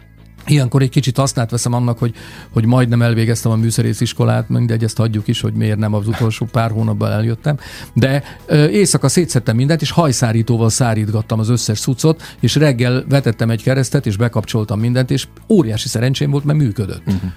Ilyenkor egy kicsit hasznát veszem annak, hogy, hogy majdnem elvégeztem a műszerésiskolát, mindegy, ezt hagyjuk is, hogy miért nem az utolsó pár hónapban eljöttem. De ö, éjszaka szétszedtem mindent, és hajszárítóval szárítgattam az összes cuccot, és reggel vetettem egy keresztet, és bekapcsoltam mindent, és óriási szerencsém volt, mert működött. Uh-huh.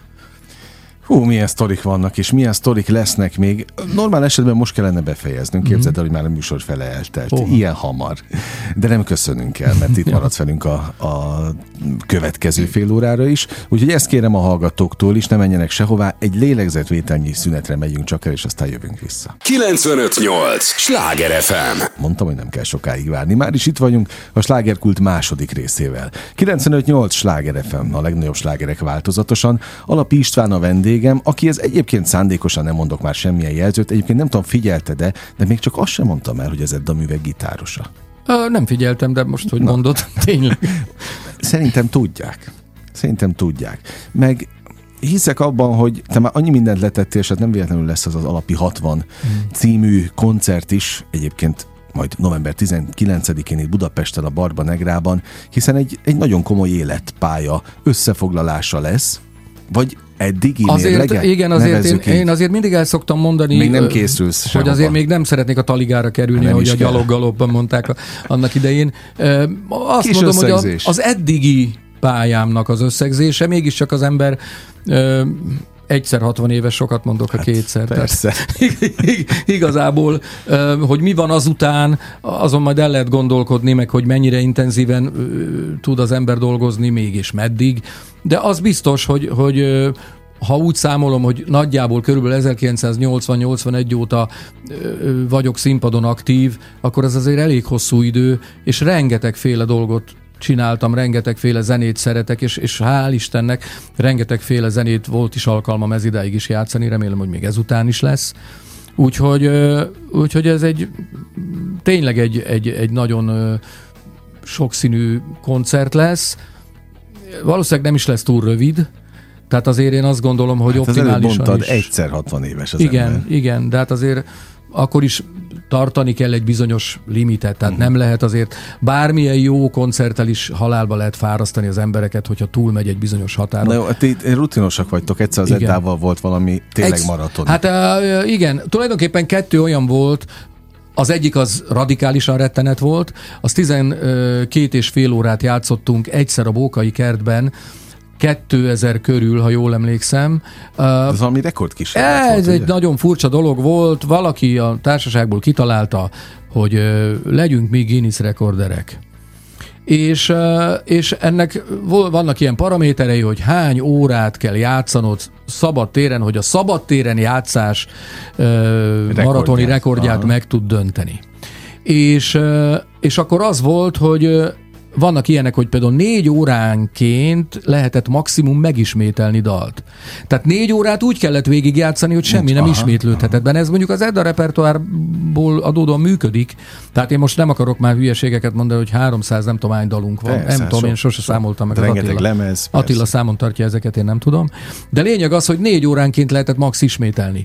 Hú, milyen sztorik vannak, és milyen sztorik lesznek még. Normál esetben most kellene befejeznünk. Képzeld el, hogy már a műsor fele eltelt. Oh. Ilyen hamar. De nem köszönünk el, mert itt maradsz velünk a, a következő fél órára is. Úgyhogy ezt kérem a hallgatóktól is, ne menjenek sehová. Egy lélegzetvételnyi szünetre megyünk csak el, és aztán jövünk vissza. kilencvenöt nyolc Sláger ef em. Mondtam, hogy nem kell sokáig várni. Már is itt vagyunk a Slágerkult második részével. kilencvenöt nyolc Sláger ef em, a legnagyobb slágerek változatosan. Alapi István a vendég, aki ez egyébként szándékosan, nem mondok már semmilyen jelzőt, egyébként nem tudom, figyelte, de, de még csak azt sem mondtam el, hogy ez Edda Művek gitárosa. Ö, nem figyeltem, de most, hogy Na. mondod, tényleg. Szerintem tudják. Szerintem tudják. Meg hiszek abban, hogy te már annyi mindent letettél, és hát nem véletlenül lesz az az Alapi hatvan hmm. című koncert is, egyébként majd november tizenkilencedikén itt Budapesten a Barba Negrában, hiszen egy, egy nagyon komoly életpálya összefoglalása lesz, vagy eddigi azért, mérlege? Igen, azért én, én azért mindig el szoktam mondani, még nem készülsz hogy sehova. Azért még nem szeretnék a taligára kerülni, nem ahogy a gyaloggalopban mondták a, annak idején. Azt Kis mondom, összegzés. hogy a, az eddigi pályámnak az összegzése, mégiscsak az ember ö, egyszer hatvan éves, sokat mondok, hát, a kétszer. Persze. Tehát, igazából, hogy mi van azután, azon majd el lehet gondolkodni, meg hogy mennyire intenzíven tud az ember dolgozni, mégis meddig. De az biztos, hogy, hogy ha úgy számolom, hogy nagyjából körülbelül ezerkilencszáznyolcvan-nyolcvanegy óta vagyok színpadon aktív, akkor ez azért elég hosszú idő, és rengetegféle dolgot csináltam, rengetegféle zenét szeretek, és, és hál' Istennek rengetegféle zenét volt is alkalmam ez idáig is játszani, remélem, hogy még ezután is lesz. Úgyhogy, úgyhogy ez egy tényleg egy, egy, egy nagyon sokszínű koncert lesz. Valószínűleg nem is lesz túl rövid, tehát azért én azt gondolom, hogy hát optimálisan mondtad, is. egyszer hatvan éves az igen, ember. Igen, de hát azért akkor is tartani kell egy bizonyos limitet, tehát uh-huh. nem lehet azért bármilyen jó koncerttel is halálba lehet fárasztani az embereket, hogyha túlmegy egy bizonyos határon. Na jó, ti rutinosak vagytok, egyszer az Eddával volt valami tényleg egy, maraton. Hát uh, igen, tulajdonképpen kettő olyan volt, az egyik az radikálisan rettenet volt, az tizenkét és fél órát játszottunk egyszer a Bókai kertben, kétezer körül, ha jól emlékszem. Ez valami rekordkísérlet volt, Ez ugye? egy nagyon furcsa dolog volt. Valaki a társaságból kitalálta, hogy legyünk mi Guinness rekorderek. És, és ennek vannak ilyen paraméterei, hogy hány órát kell játszanod szabad téren, hogy a szabad téren játszás Rekordját. maratoni rekordját Aha. meg tud dönteni. És, és akkor az volt, hogy vannak ilyenek, hogy például négy óránként lehetett maximum megismételni dalt. Tehát négy órát úgy kellett végigjátszani, hogy semmi nem aha, ismétlődhetett benne. Ez mondjuk az Edda repertoárból adódóan működik. Tehát én most nem akarok már hülyeségeket mondani, hogy háromszáz nem tudom hány dalunk van. Persze, nem tudom, sok, én sose sok, számoltam meg. Rengeteg az Attila. lemez. Attila számon tartja ezeket, én nem tudom. De lényeg az, hogy négy óránként lehetett max ismételni.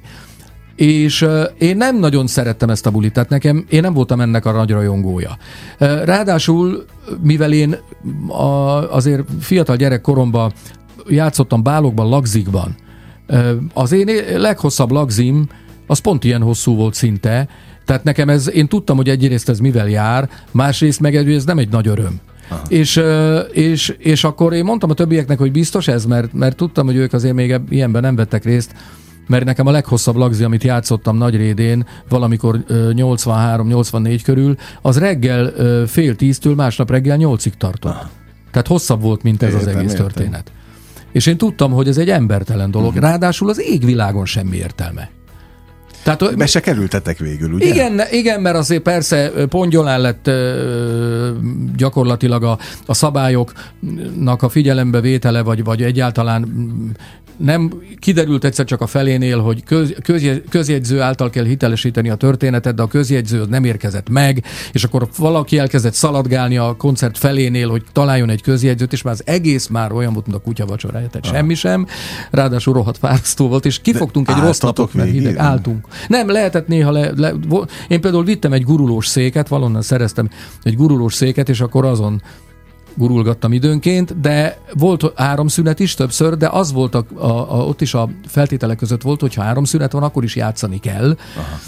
És uh, én nem nagyon szerettem ezt a bulit, tehát nekem, én nem voltam ennek a nagy rajongója. Uh, ráadásul, mivel én a, azért fiatal gyerekkoromban játszottam bálokban, lagzikban, uh, az én leghosszabb lagzim, az pont ilyen hosszú volt szinte, tehát nekem ez, én tudtam, hogy egyrészt ez mivel jár, másrészt meg ez nem egy nagy öröm. És, és, és akkor én mondtam a többieknek, hogy biztos ez, mert, mert tudtam, hogy ők azért még ilyenben nem vettek részt, mert nekem a leghosszabb lagzi, amit játszottam Nagyrédén, valamikor nyolcvanhárom nyolcvannégy körül, az reggel fél tíztől másnap reggel nyolcig tartott. Aha. Tehát hosszabb volt, mint ez értem, az egész értem. történet. És én tudtam, hogy ez egy embertelen dolog. Uh-huh. Ráadásul az égvilágon semmi értelme. Tehát, be se kerültetek végül, ugye? Igen, igen, mert azért persze pongyolán lett gyakorlatilag a, a szabályoknak a figyelembevétele, vagy, vagy egyáltalán nem kiderült egyszer csak a felénél, hogy köz, köz, közjegyző által kell hitelesíteni a történetet, de a közjegyző az nem érkezett meg, és akkor valaki elkezdett szaladgálni a koncert felénél, hogy találjon egy közjegyzőt, és már az egész már olyan volt, mint a kutya vacsorája, tehát ah. semmi sem. Ráadásul rohadt fárasztó volt, és kifogtunk de egy rossz napot, mert hideg, álltunk. Nem, lehetett néha, le, le, én például vittem egy gurulós széket, valonnan szereztem egy gurulós széket, és akkor azon gurulgattam időnként, de volt áramszünet is többször, de az volt, a, a, a, ott is a feltételek között volt, hogyha áramszünet van, akkor is játszani kell.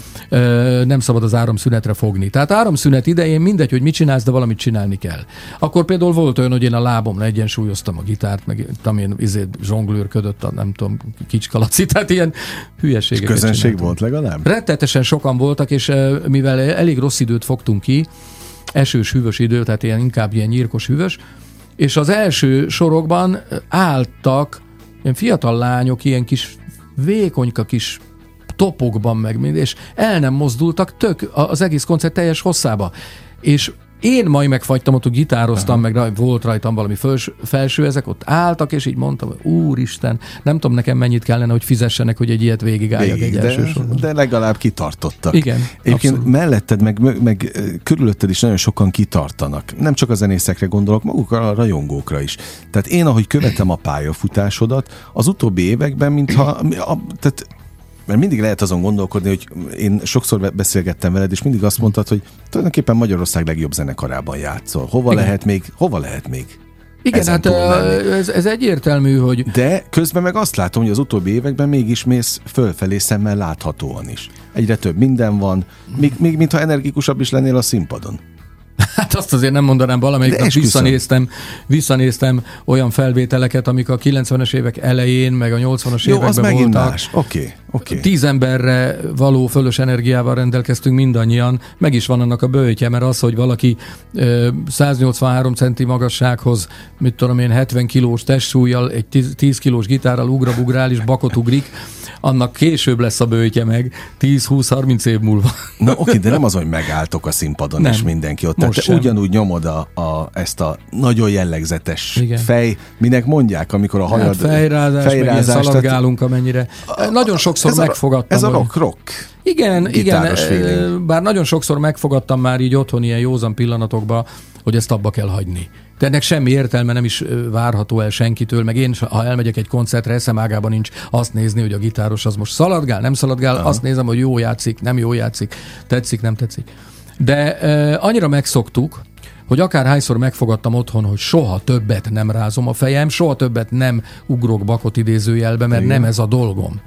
Ö, nem szabad az áramszünetre fogni. Tehát áramszünet idején mindegy, hogy mit csinálsz, de valamit csinálni kell. Akkor például volt olyan, hogy én a lábomra egyensúlyoztam a gitárt, meg tudom én, izét zsonglőrködött a nem tudom, Kicskalaci, tehát ilyen hülyeségeket közönség csináltam. volt legalább? Rettetesen sokan voltak, és mivel elég rossz időt fogtunk ki, esős, hűvös idő, tehát ilyen, inkább ilyen nyírkos, hűvös, és az első sorokban álltak ilyen fiatal lányok, ilyen kis vékonyka kis topokban meg, és el nem mozdultak tök az egész koncert teljes hosszába. És én majd megfagytam, ott gitároztam, Aha. meg volt rajtam valami felső, felső, ezek ott álltak, és így mondtam, hogy úristen, nem tudom nekem mennyit kellene, hogy fizessenek, hogy egy ilyet végigálljak Végig, egy első sorban. De legalább kitartottak. Igen, Egyébként abszolút. melletted, meg, meg, meg körülötted is nagyon sokan kitartanak. Nem csak a zenészekre gondolok, magukra a rajongókra is. Tehát én, ahogy követem a pályafutásodat, az utóbbi években, mintha, a, tehát mert mindig lehet azon gondolkodni, hogy én sokszor beszélgettem veled, és mindig azt mondtad, hogy tulajdonképpen Magyarország legjobb zenekarában játszol. Hova Igen. lehet még? Hova lehet még? Igen, hát ez, ez egyértelmű, hogy... De közben meg azt látom, hogy az utóbbi években mégis mész fölfelé szemmel láthatóan is. Egyre több minden van, még, még mintha energikusabb is lennél a színpadon. Hát azt azért nem mondanám, valamelyik nap visszanéztem, visszanéztem olyan felvételeket, amik a kilencvenes évek elején, meg a nyolcvanas Jó, években az voltak. Oké, okay, oké. Okay. Tíz emberre való fölös energiával rendelkeztünk mindannyian, meg is van annak a böjtje, mert az, hogy valaki száznyolcvanhárom centi magassághoz, mit tudom én, hetven kilós testsúlyjal, egy tíz kilós gitárral ugrabugrál és bakot ugrik, annak később lesz a böjtje meg, tíz-húsz-harminc év múlva. Na oké, de nem az, hogy megálltok a színpadon, nem, és mindenki ott. Tehát te ugyanúgy nyomod a, a, ezt a nagyon jellegzetes Igen. fej, minek mondják, amikor a hajad... Hát fejrázás, fejrázás, meg ilyen szaladgálunk, tehát... amennyire. A, nagyon sokszor ez megfogadtam. A, ez a rock-rock. Igen, igen, feeling. Bár nagyon sokszor megfogadtam már így otthon ilyen józan pillanatokban, hogy ezt abba kell hagyni. De ennek semmi értelme nem is várható el senkitől, meg én, ha elmegyek egy koncertre, eszem ágában nincs azt nézni, hogy a gitáros az most szaladgál, nem szaladgál, Aha. azt nézem, hogy jó játszik, nem jó játszik, tetszik, nem tetszik. De eh, annyira megszoktuk, hogy akárhányszor megfogadtam otthon, hogy soha többet nem rázom a fejem, soha többet nem ugrok bakot idézőjelbe, mert Igen. nem ez a dolgom.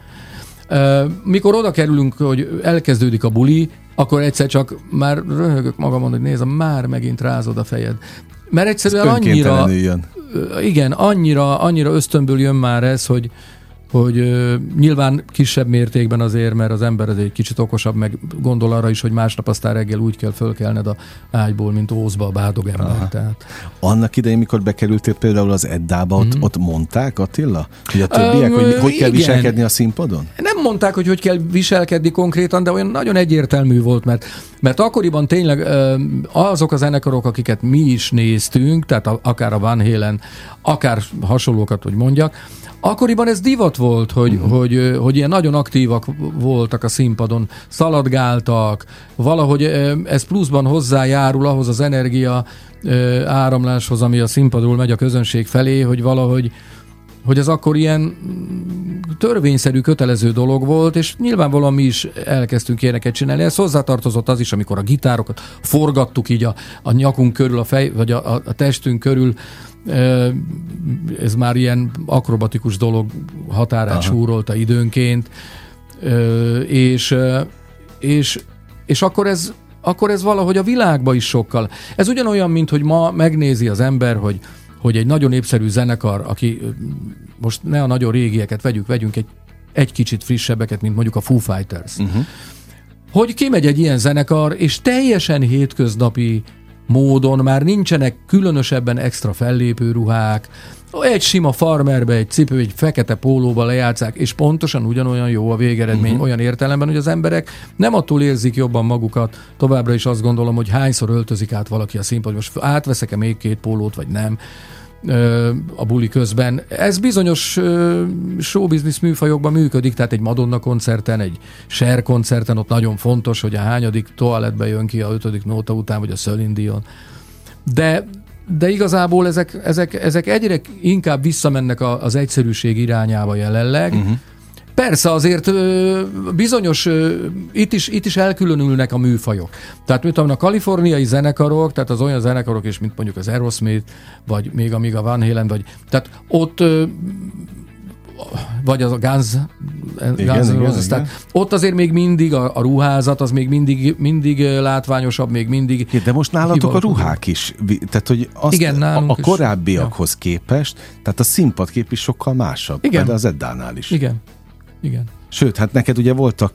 Eh, mikor oda kerülünk, hogy elkezdődik a buli, akkor egyszer csak már röhögök magamon, hogy nézem, már megint rázod a fejed. Mert egyszerűen annyira, igen, annyira, annyira ösztönből jön már ez, hogy, hogy uh, nyilván kisebb mértékben azért, mert az ember egy kicsit okosabb, meg gondol arra is, hogy másnap aztán reggel úgy kell fölkelned a ágyból, mint Ózba a bádog ember. Tehát. Annak idején, mikor bekerültél például az Eddába, ott, mm-hmm. ott mondták, Attila? Hogy a többiek, um, hogy hogy kell igen. viselkedni a színpadon? Nem mondták, hogy hogy kell viselkedni konkrétan, de olyan nagyon egyértelmű volt, mert, mert akkoriban tényleg azok a zenekarok, akiket mi is néztünk, tehát akár a Van Halen, akár hasonlókat, hogy mondjak, akkoriban ez divat volt, hogy, uh-huh. hogy, hogy ilyen nagyon aktívak voltak a színpadon, szaladgáltak, valahogy ez pluszban hozzájárul ahhoz az energia áramláshoz, ami a színpadról megy a közönség felé, hogy valahogy hogy ez akkor ilyen törvényszerű, kötelező dolog volt, és nyilvánvalóan mi is elkezdtünk ilyeneket csinálni. Ez hozzátartozott az is, amikor a gitárokat forgattuk így a, a nyakunk körül, a fej, vagy a, a testünk körül. Ez már ilyen akrobatikus dolog határát Aha. súrolta időnként, és, és, és akkor ez akkor ez valahogy a világba is sokkal. Ez ugyanolyan, mint hogy ma megnézi az ember, hogy hogy egy nagyon népszerű zenekar, aki most ne a nagyon régieket vegyük, vegyünk egy, egy kicsit frissebbeket, mint mondjuk a Foo Fighters. Uh-huh. Hogy kimegy egy ilyen zenekar, és teljesen hétköznapi módon már nincsenek különösebben extra fellépő ruhák, egy sima farmerbe, egy cipő, egy fekete pólóba lejátszák, és pontosan ugyanolyan jó a végeredmény, uh-huh. olyan értelemben, hogy az emberek nem attól érzik jobban magukat, továbbra is azt gondolom, hogy hányszor öltözik át valaki a színpadon, most átveszek-e még két pólót, vagy nem a buli közben. Ez bizonyos showbiznisz műfajokban működik, tehát egy Madonna koncerten, egy Cher koncerten ott nagyon fontos, hogy a hányadik toalettbe jön ki a ötödik nóta után, vagy a Celine Dion. De De igazából ezek, ezek, ezek egyre inkább visszamennek az egyszerűség irányába jelenleg, uh-huh. Persze azért bizonyos, itt is, itt is elkülönülnek a műfajok. Tehát mint a kaliforniai zenekarok, tehát az olyan zenekarok is, mint mondjuk az Aerosmith, vagy még amíg a Van Halen, vagy tehát ott vagy az a Guns, igen, Guns igen, Roses, tehát ott azért még mindig a, a ruházat, az még mindig, mindig látványosabb, még mindig... Igen, de most nálatok a ruhák is, tehát hogy azt, igen, a, a korábbiakhoz is, képest, tehát a színpadkép is sokkal másabb, igen. De az Eddánál is. Igen, igen. Sőt, hát neked ugye voltak,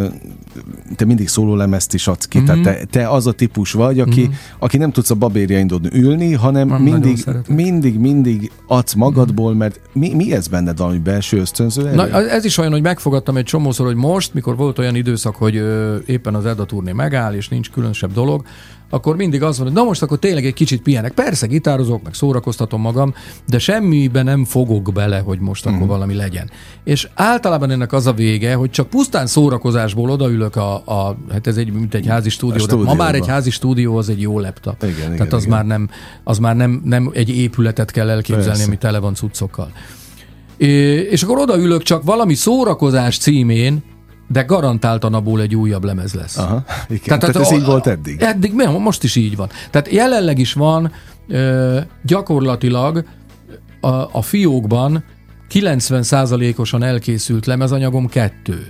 te mindig szólólemezt is adsz ki, mm-hmm. tehát te, te az a típus vagy, aki, mm-hmm. aki nem tudsz a babérjaindon ülni, hanem nem mindig, mindig, mindig adsz magadból, mert mi, mi ez benned valami belső ösztönző erő? Na, ez is olyan, hogy megfogadtam egy csomószor, hogy most, mikor volt olyan időszak, hogy ö, éppen az Edda turné megáll, és nincs különösebb dolog, akkor mindig az van, hogy na most akkor tényleg egy kicsit pihenek. Persze gitározok, meg szórakoztatom magam, de semmiben nem fogok bele, hogy most akkor mm. valami legyen. És általában ennek az a vége, hogy csak pusztán szórakozásból odaülök a, a hát ez egy, mint egy házi stúdió, de ma már egy házi stúdió az egy jó laptop. Igen, Tehát igen, az igen. már, nem, az már nem, nem egy épületet kell elképzelni, Persze. ami tele van cuccokkal. É, és akkor odaülök csak valami szórakozás címén, de garantáltan abból egy újabb lemez lesz. Aha, igen. Tehát, Tehát ez a, így volt eddig? Eddig, most is így van. Tehát jelenleg is van ö, gyakorlatilag a, a fiókban kilencven százalékosan elkészült lemezanyagom kettő.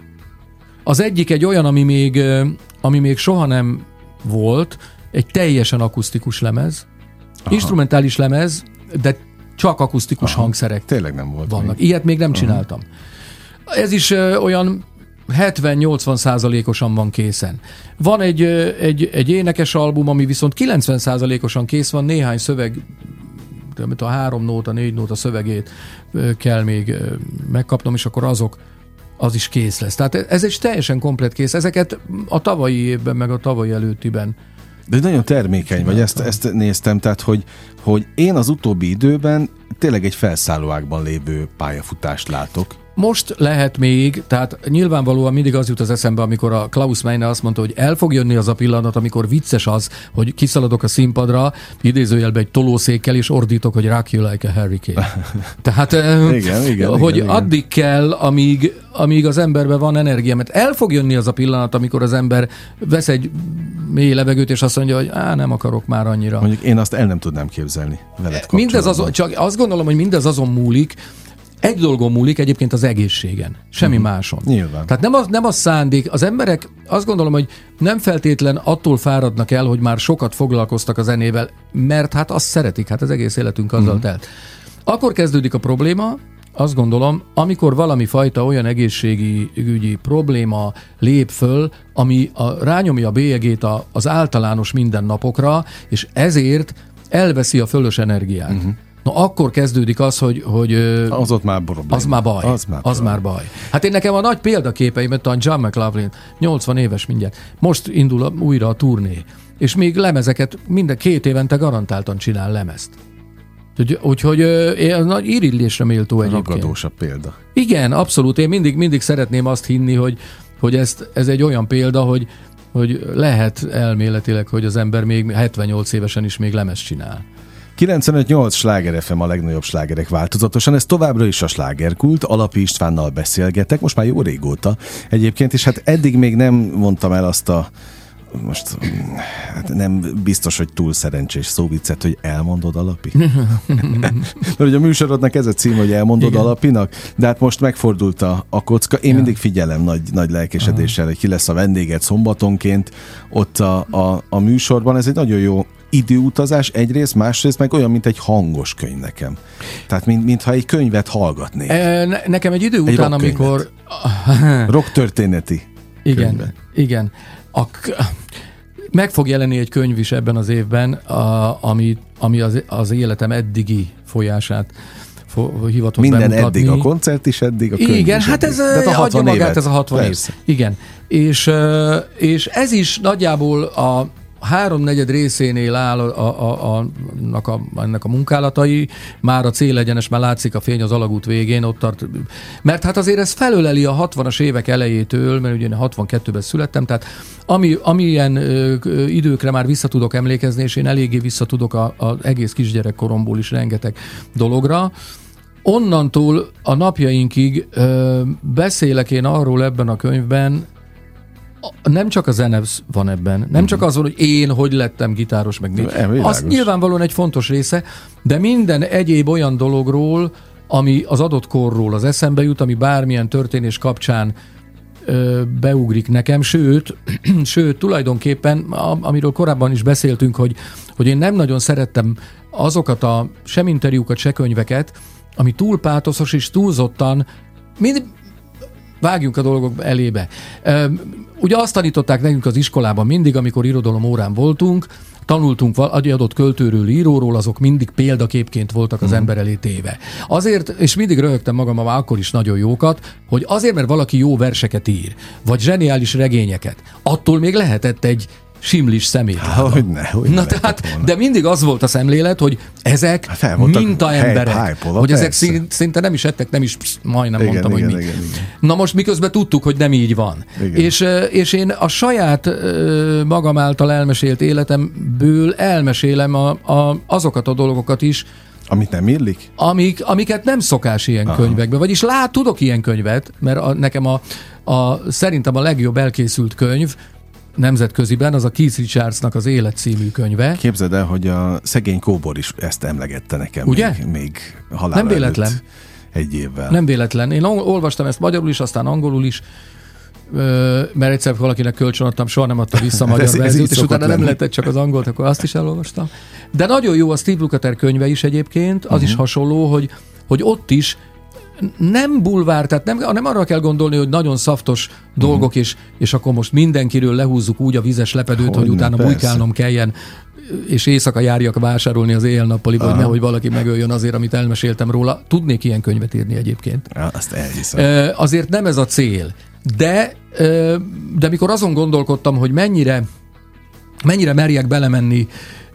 Az egyik egy olyan, ami még, ö, ami még soha nem volt, egy teljesen akusztikus lemez, Aha. instrumentális lemez, de csak akusztikus Aha. hangszerek Tényleg nem volt vannak. Még. Ilyet még nem csináltam. Aha. Ez is ö, olyan hetven-nyolcvan százalékosan van készen. Van egy, egy, egy énekes album, ami viszont kilencven százalékosan kész van, néhány szöveg, mint a három nóta, négy nóta szövegét kell még megkapnom, és akkor azok, az is kész lesz. Tehát ez egy teljesen komplet kész. Ezeket a tavalyi évben, meg a tavalyi előttiben. De nagyon termékeny vagy, ezt, ezt néztem, tehát hogy, hogy én az utóbbi időben tényleg egy felszállóágban lévő pályafutást látok. Most lehet még, tehát nyilvánvalóan mindig az jut az eszembe, amikor a Klaus Meine azt mondta, hogy el fog jönni az a pillanat, amikor vicces az, hogy kiszaladok a színpadra, idézőjelbe egy tolószékkel, és ordítok, hogy rock you like a hurricane. Tehát, igen, igen, hogy igen, addig igen. kell, amíg, amíg az emberben van energia, mert el fog jönni az a pillanat, amikor az ember vesz egy mély levegőt, és azt mondja, hogy á, nem akarok már annyira. Mondjuk én azt el nem tudnám képzelni veled mindez azon, csak azt gondolom, hogy mindez azon múlik, egy dolgon múlik egyébként az egészségen, semmi uh-huh. máson. Nyilván. Tehát nem az, nem az szándék, az emberek azt gondolom, hogy nem feltétlen attól fáradnak el, hogy már sokat foglalkoztak a zenével, mert hát azt szeretik, hát az egész életünk azzal uh-huh. telt. Akkor kezdődik a probléma, azt gondolom, amikor valami fajta olyan egészségügyi probléma lép föl, ami a, rányomja a bélyegét a, az általános mindennapokra, és ezért elveszi a fölös energiát. Uh-huh. Na akkor kezdődik az, hogy... hogy az ott már probléma. Az már baj. Az már, az már baj. Hát én nekem a nagy példaképeim, mert a John McLaughlin, nyolcvan éves mindjárt, most indul a, újra a turné, és még lemezeket minden két évente garantáltan csinál lemezt. Úgyhogy én nagy irigylésre méltó egyébként. Ragadósabb példa. Igen, abszolút. Én mindig, mindig szeretném azt hinni, hogy, hogy ezt, ez egy olyan példa, hogy, hogy lehet elméletileg, hogy az ember még hetvennyolc évesen is még lemezt csinál. kilencvenöt nyolc Sláger ef em, a legnagyobb slágerek változatosan, ez továbbra is a Slágerkult, Alapi Istvánnal beszélgetek, most már jó régóta egyébként, és hát eddig még nem mondtam el azt a, most hát nem biztos, hogy túl szerencsés szóviccet, hogy elmondod Alapi. Mert ugye a műsorodnak ez a cím, hogy elmondod Igen. Alapinak, de hát most megfordult a, a kocka. Én ja. mindig figyelem nagy, nagy lelkesedéssel, hogy ki lesz a vendéged szombatonként ott a, a, a műsorban. Ez egy nagyon jó időutazás egyrészt, másrészt meg olyan, mint egy hangos könyv nekem. Tehát, mint, mintha egy könyvet hallgatnék. E, ne, nekem egy idő egy után, amikor... Rock történeti Igen, könyvet. igen. A, meg fog jelenni egy könyv is ebben az évben, a, ami, ami az, az életem eddigi folyását fo, hivatott Minden bemutatni. eddig, a koncert is eddig, a könyv Igen, is hát eddig. ez a adja magát, évet. ez a hatvan Persze. év. Igen. És, és ez is nagyjából a háromnegyed részénél áll a, a, a, a, a, ennek a munkálatai, már a célegyenes, már látszik a fény az alagút végén, ott tart. Mert hát azért ez felöleli a hatvanas évek elejétől, mert ugye hatvankettőben születtem, tehát ami, amilyen ö, ö, időkre már vissza tudok emlékezni, és én eléggé vissza tudok az egész kisgyerekkoromból is rengeteg dologra, onnantól a napjainkig ö, beszélek én arról ebben a könyvben, nem csak a zene van ebben, nem uh-huh. csak az van, hogy én hogy lettem gitáros, meg mi. Az nyilvánvalóan egy fontos része, de minden egyéb olyan dologról, ami az adott korról az eszembe jut, ami bármilyen történés kapcsán ö, beugrik nekem, sőt, sőt, tulajdonképpen, amiről korábban is beszéltünk, hogy, hogy én nem nagyon szerettem azokat a sem interjúkat, se könyveket, ami túl pátoszos és túlzottan, mind, vágjunk a dolgok elébe. Ugye azt tanították nekünk az iskolában mindig, amikor irodalom órán voltunk, tanultunk egy adott költőről, íróról, azok mindig példaképként voltak az mm. ember elé téve. Azért, és mindig röhögtem magam, már akkor is nagyon jókat, hogy azért, mert valaki jó verseket ír, vagy zseniális regényeket, attól még lehetett egy simlis szemét. Hogyne, hogyne Na tehát, de mindig az volt a szemlélet, hogy ezek hát mintaemberek, hogy persze. Ezek szinte nem is ettek, nem is psz, majdnem igen, mondtam, igen, hogy mi. Igen, igen. Na most miközben tudtuk, hogy nem így van. És, és én a saját magam által elmesélt életemből elmesélem a, a, azokat a dolgokat is, amit nem illik? Amik, amiket nem szokás ilyen Aha. könyvekben. Vagyis lát, tudok ilyen könyvet, mert a, nekem a, a, szerintem a legjobb elkészült könyv nemzetköziben, az a Keith Richardsnak az Élet című könyve. Képzeld el, hogy a szegény kóbor is ezt emlegette nekem. Ugye? Még, még halála Nem véletlen. Egy évvel. Nem véletlen. Én olvastam ezt magyarul is, aztán angolul is, mert egyszer valakinek kölcsön adtam, soha nem adta vissza a magyar verziót, és utána lenni. Nem lehetett csak az angolt, akkor azt is elolvastam. De nagyon jó a Steve Lukather könyve is egyébként, az uh-huh. is hasonló, hogy, hogy ott is nem bulvár, tehát nem, nem arra kell gondolni, hogy nagyon szaftos uh-huh. dolgok, és, és akkor most mindenkiről lehúzzuk úgy a vizes lepedőt, hogy, hogy utána persze. bujkálnom kelljen, és éjszaka járjak vásárolni az éjjel-nappaliba, hogy nehogy valaki megöljön azért, amit elmeséltem róla. Tudnék ilyen könyvet írni egyébként. Ja, azt elhiszem. Azért nem ez a cél. De, de mikor azon gondolkodtam, hogy mennyire, mennyire merjek belemenni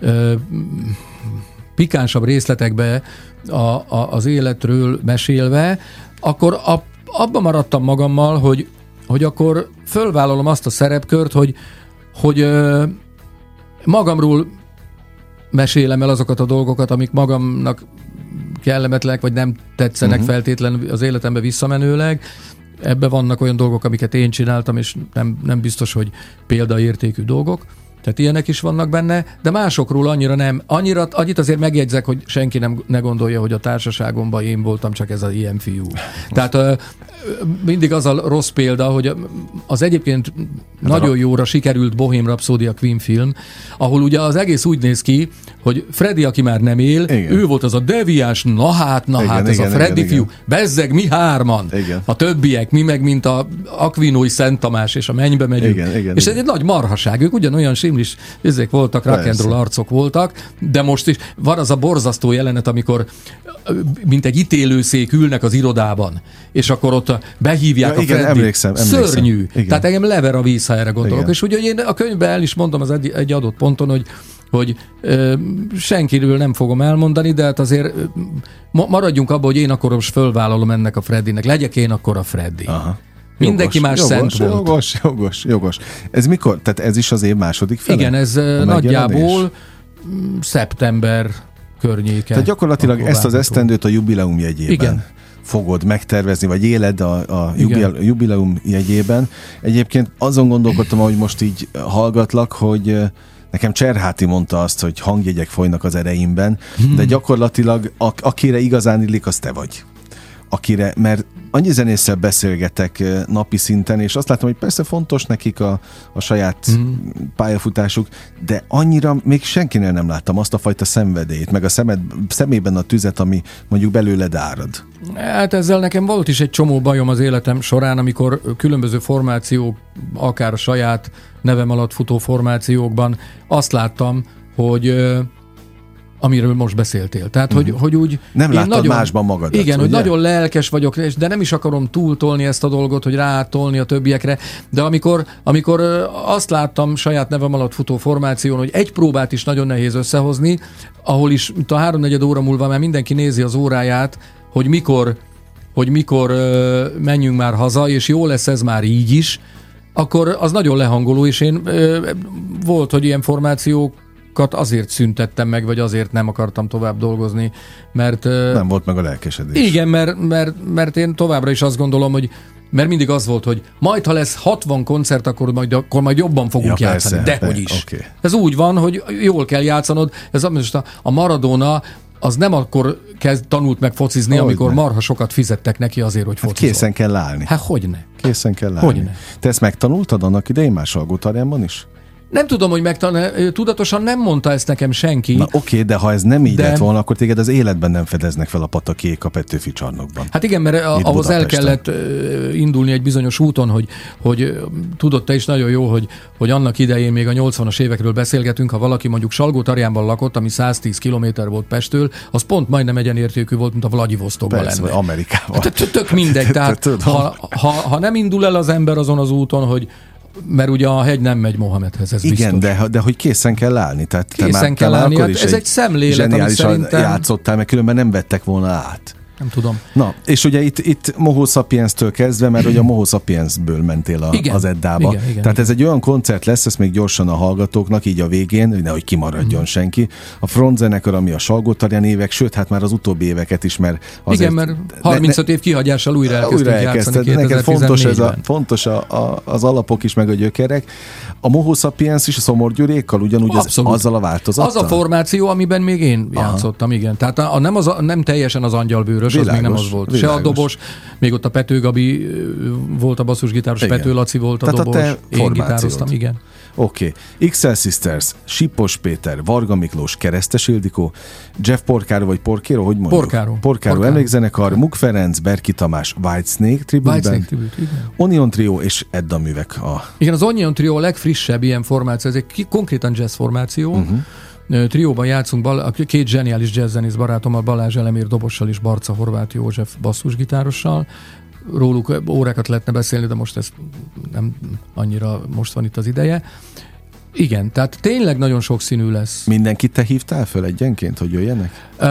pikánsabb részletekbe a, a, az életről mesélve, akkor a, abban maradtam magammal, hogy, hogy akkor fölvállalom azt a szerepkört, hogy, hogy magamról mesélem el azokat a dolgokat, amik magamnak kellemetlenek, vagy nem tetszenek uh-huh. feltétlenül az életembe visszamenőleg. Ebben vannak olyan dolgok, amiket én csináltam, és nem, nem biztos, hogy példaértékű dolgok. Tehát ilyenek is vannak benne, de másokról annyira nem. Annyira, annyit azért megjegyzek, hogy senki nem ne gondolja, hogy a társaságomban én voltam csak ez az ilyen fiú. Tehát uh, mindig az a rossz példa, hogy az egyébként hát nagyon jóra sikerült Bohém Rhapsody a Queen film, ahol ugye az egész úgy néz ki, hogy Freddy, aki már nem él, igen. ő volt az a deviás, na hát, na igen, hát, ez igen, a Freddy igen, fiú. Igen. Bezzeg, mi hárman. Igen. A többiek, mi meg, mint a Aquinói Szent Tamás, és a mennybe megyünk. Igen, igen, és igen. ez egy nagy marhaság. Ők ugyanolyan simlis ezek voltak, rock and roll arcok voltak, de most is van az a borzasztó jelenet, amikor mint egy ítélőszék ülnek az irodában, és akkor ott behívják ja, a igen, Freddy. Emlékszem, emlékszem. Szörnyű. Igen. Tehát engem lever a víz, ha erre gondolok. Igen. És ugye én a könyvben el is mondom az egy, egy adott ponton, hogy hogy ö, senkiről nem fogom elmondani, de hát azért ö, maradjunk abban, hogy én akkor most fölvállalom ennek a Freddynek. Legyek én akkor a Freddy. Aha. Mindenki jogos, más jogos, szent volt. Jogos, jogos, jogos. Ez mikor? Tehát ez is az év második fele? Igen, ez nagyjából szeptember környéke. Tehát gyakorlatilag ezt az esztendőt a jubileum jegyében igen. fogod megtervezni, vagy éled a, a jubil, jubileum jegyében. Egyébként azon gondolkodtam, hogy most így hallgatlak, hogy nekem Cserháti mondta azt, hogy hangjegyek folynak az ereimben, hmm. de gyakorlatilag ak- akire igazán illik, az te vagy. Akire, mert annyi zenésszel beszélgetek napi szinten, és azt látom, hogy persze fontos nekik a, a saját mm. pályafutásuk, de annyira még senkinél nem láttam azt a fajta szenvedélyt, meg a szemed, szemében a tüzet, ami mondjuk belőled árad. Hát ezzel nekem volt is egy csomó bajom az életem során, amikor különböző formációk, akár a saját nevem alatt futó formációkban azt láttam, hogy amiről most beszéltél. Tehát, uh-huh. hogy, hogy úgy... Nem láttad nagyon, másban magadat. Igen, ugye? hogy nagyon lelkes vagyok, de nem is akarom túltolni ezt a dolgot, hogy rátolni a többiekre, de amikor, amikor azt láttam saját nevem alatt futó formáción, hogy egy próbát is nagyon nehéz összehozni, ahol is a háromnegyed óra múlva már mindenki nézi az óráját, hogy mikor, hogy mikor menjünk már haza, és jó lesz ez már így is, akkor az nagyon lehangoló, és én volt, hogy ilyen formációk dolgokat azért szüntettem meg, vagy azért nem akartam tovább dolgozni, mert... Nem volt meg a lelkesedés. Igen, mert, mert, mert én továbbra is azt gondolom, hogy mert mindig az volt, hogy majd, ha lesz hatvan koncert, akkor majd, akkor majd jobban fogunk ja, játszani. Persze, Dehogy is. Okay. Ez úgy van, hogy jól kell játszanod. Ez most a, a Maradona az nem akkor kezd, tanult meg focizni, hogy amikor ne. marha sokat fizettek neki azért, hogy focizol. Hát készen kell állni. Hát hogyne. Készen kell állni. Hogyne. Te ezt megtanultad annak idején már Salgótarjánban is? Nem tudom, hogy megtanul, tudatosan nem mondta ezt nekem senki. Na oké, okay, de ha ez nem így de... lett volna, akkor téged az életben nem fedeznek fel a patakiék a Petőfi csarnokban. Hát igen, mert a, ahhoz el kellett indulni egy bizonyos úton, hogy, hogy tudod te is nagyon jó, hogy, hogy annak idején még a nyolcvanas évekről beszélgetünk, ha valaki mondjuk Salgótarjánban lakott, ami száztíz kilométer volt Pesttől, az pont majdnem egyenértékű volt, mint a Vladivostokban lenne. Persze, Amerikában. Tök mindegy, tehát ha, ha nem indul el az ember azon az úton, hogy mert ugye a hegy nem megy Mohamedhez, ez igen, biztos. de, de hogy készen kell állni. Tehát készen te már, kell te állni, már hát ez egy, egy szemlélet, amit szerintem... játszottál, mert különben nem vettek volna át. Nem tudom. Na, és ugye itt, itt Moho Sapiens-től kezdve, mert ugye a Moho Sapiens-ből mentél a, igen, az Eddába. Igen, igen, Tehát igen. ez egy olyan koncert lesz, ezt még gyorsan a hallgatóknak, így a végén, nehogy kimaradjon mm. senki. A frontzenekar, ami a Salgótarján évek, sőt, hát már az utóbbi éveket is, mert azért... Igen, mert harmincöt ne, év kihagyással újra elkezdtünk játszani Neked fontos, ez a, fontos a, a, az alapok is, meg a gyökerek. A Moho Sapiens is a Szomorgyűrékkal ugyanúgy az, azzal a változattal? Az a formáció, amiben még én Aha. játszottam, igen. Tehát a, a, nem, az a, nem teljesen az angyalbőrös, világos, az még nem az volt. Világos. Se a dobos, még ott a Pető Gabi volt a basszusgitáros, igen. Pető Laci volt a Tehát dobos, a én gitároztam, igen. Oké. Okay. iksz el Sisters, Sipos Péter, Varga Miklós, Keresztes Ildikó, Jeff Porcaro vagy Porcaro, hogy mondjuk? Porcaro. Porcaro emlékzenekar, Muk Ferenc, Berki Tamás, Whitesnake Tribute Band, Onion Trio és Edda Művek. A... Igen, az Onion Trio a legfrissebb ilyen formáció, ez egy konkrétan jazz formáció. Uh-huh. Trióban játszunk, a két zseniális jazzzenész barátommal, Balázs Elemér dobossal és Barca Horváth József basszusgitárossal. Róluk órákat lehetne beszélni, de most ez nem annyira most van itt az ideje. Igen, tehát tényleg nagyon sokszínű lesz. Mindenkit te hívtál föl egyenként, hogy jöjjenek? Uh,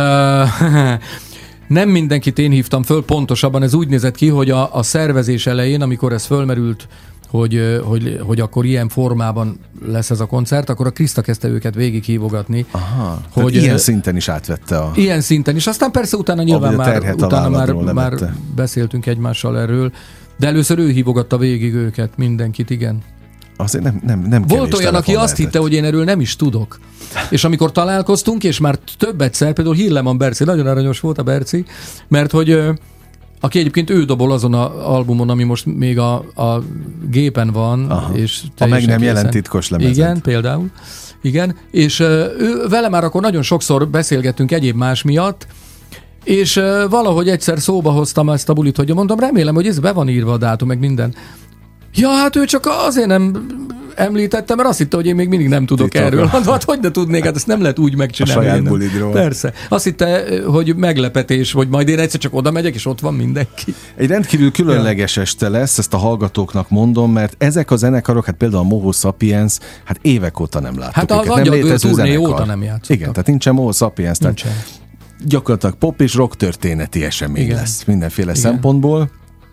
nem mindenkit én hívtam föl, pontosabban ez úgy nézett ki, hogy a, a szervezés elején, amikor ez fölmerült, hogy, hogy, hogy akkor ilyen formában lesz ez a koncert, akkor a Kriszta kezdte őket végig hívogatni. Aha, hogy ilyen szinten is átvette a... Ilyen szinten is, aztán persze utána nyilván már, utána már, már beszéltünk egymással erről, de először ő hívogatta végig őket, mindenkit, igen. Azért nem, nem, nem Volt olyan, aki azt lehetett. hitte, hogy én erről nem is tudok. És amikor találkoztunk, és már több egyszer, például Hilleman Berci, nagyon aranyos volt a Berci, mert hogy aki egyébként ő dobol azon az albumon, ami most még a, a gépen van. Aha. És a meg nem jelent titkos lemezet. Igen, például. Igen, és ő vele már akkor nagyon sokszor beszélgettünk egyéb más miatt, és valahogy egyszer szóba hoztam ezt a bulit, hogy mondom, remélem, hogy ez be van írva a dátum, meg minden. Ja, hát ő csak azért nem említette, mert azt hitte, hogy én még mindig nem tudok Titok. erről. Hát hogy ne tudnék, hát ezt nem lehet úgy megcsinálni. A saját bulidról. Persze. Azt hitte, hogy meglepetés, hogy majd én egyszer csak oda megyek, és ott van mindenki. Egy rendkívül különleges ja. este lesz, ezt a hallgatóknak mondom, mert ezek a zenekarok, hát például a Moho Sapiens, hát évek óta nem láttuk. Hát az angyal turné óta nem játszottak. Igen, tehát nincsen Moho Sapiens. Tehát gyakorlatilag pop és rock történeti esemény Igen. lesz mindenféle Igen. szempontból.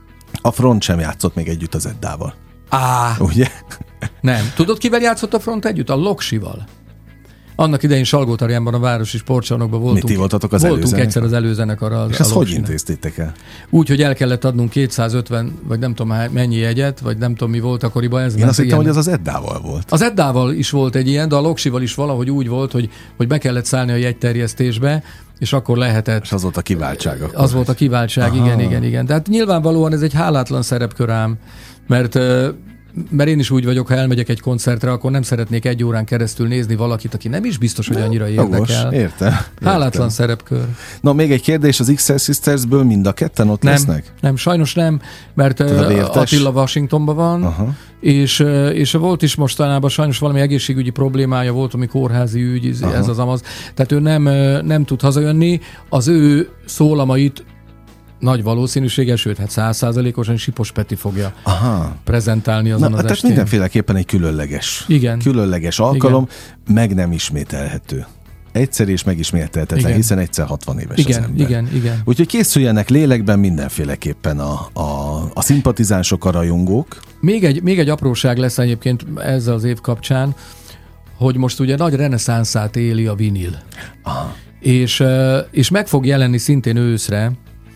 A Front sem játszott még együtt az Eddával. Á, ugye? Nem. Tudod, kivel játszott a Front együtt? A Loksival. Annak idején Salgótarjánban, a városi sportcsarnokban voltunk. Mit voltatok az Voltunk előzenek? egyszer az előzenekarral. És ezt hogy intéztétek el? Úgy, hogy el kellett adnunk kétszázötven, vagy nem tudom mennyi jegyet, vagy nem tudom mi volt akkoriban. Ez Én azt hittem, hogy ez az Eddával volt. Az Eddával is volt egy ilyen, de a Loksival is valahogy úgy volt, hogy, hogy be kellett szállni a jegyterjesztésbe, és akkor lehetett. És az volt a kiváltság akkor. Az volt a kiváltság, Aha. igen, igen, igen. Tehát nyilvánvalóan ez egy hálátlan szerepkör ám, mert mert én is úgy vagyok, ha elmegyek egy koncertre, akkor nem szeretnék egy órán keresztül nézni valakit, aki nem is biztos, hogy annyira érdekel. Jogos, értem, értem. Hálátlan szerepkör. Na, még egy kérdés, az iksz el Sistersből mind a ketten ott nem, lesznek? Nem, sajnos nem, mert Attila Washingtonban van, Aha. és, és volt is mostanában sajnos valami egészségügyi problémája volt, ami kórházi ügy, Aha. ez az amaz. Tehát ő nem, nem tud hazajönni, az ő szólamait nagy valószínűséggel, sőt, hát száz százalékosan Sipos Peti fogja Aha. prezentálni azon Na, az tehát estén. Mindenféleképpen egy különleges, Igen. különleges alkalom, Igen. meg nem ismételhető. Egyszer és megismételhetetlen, igen. hiszen egyszer hatvan éves igen, az ember. Igen, igen. Úgyhogy készüljenek lélekben mindenféleképpen a, a, a szimpatizánsok, a rajongók. Még egy, még egy apróság lesz egyébként ezzel az év kapcsán, hogy most ugye nagy reneszánszát éli a vinil. Aha. És, és meg fog jelenni szintén őszre,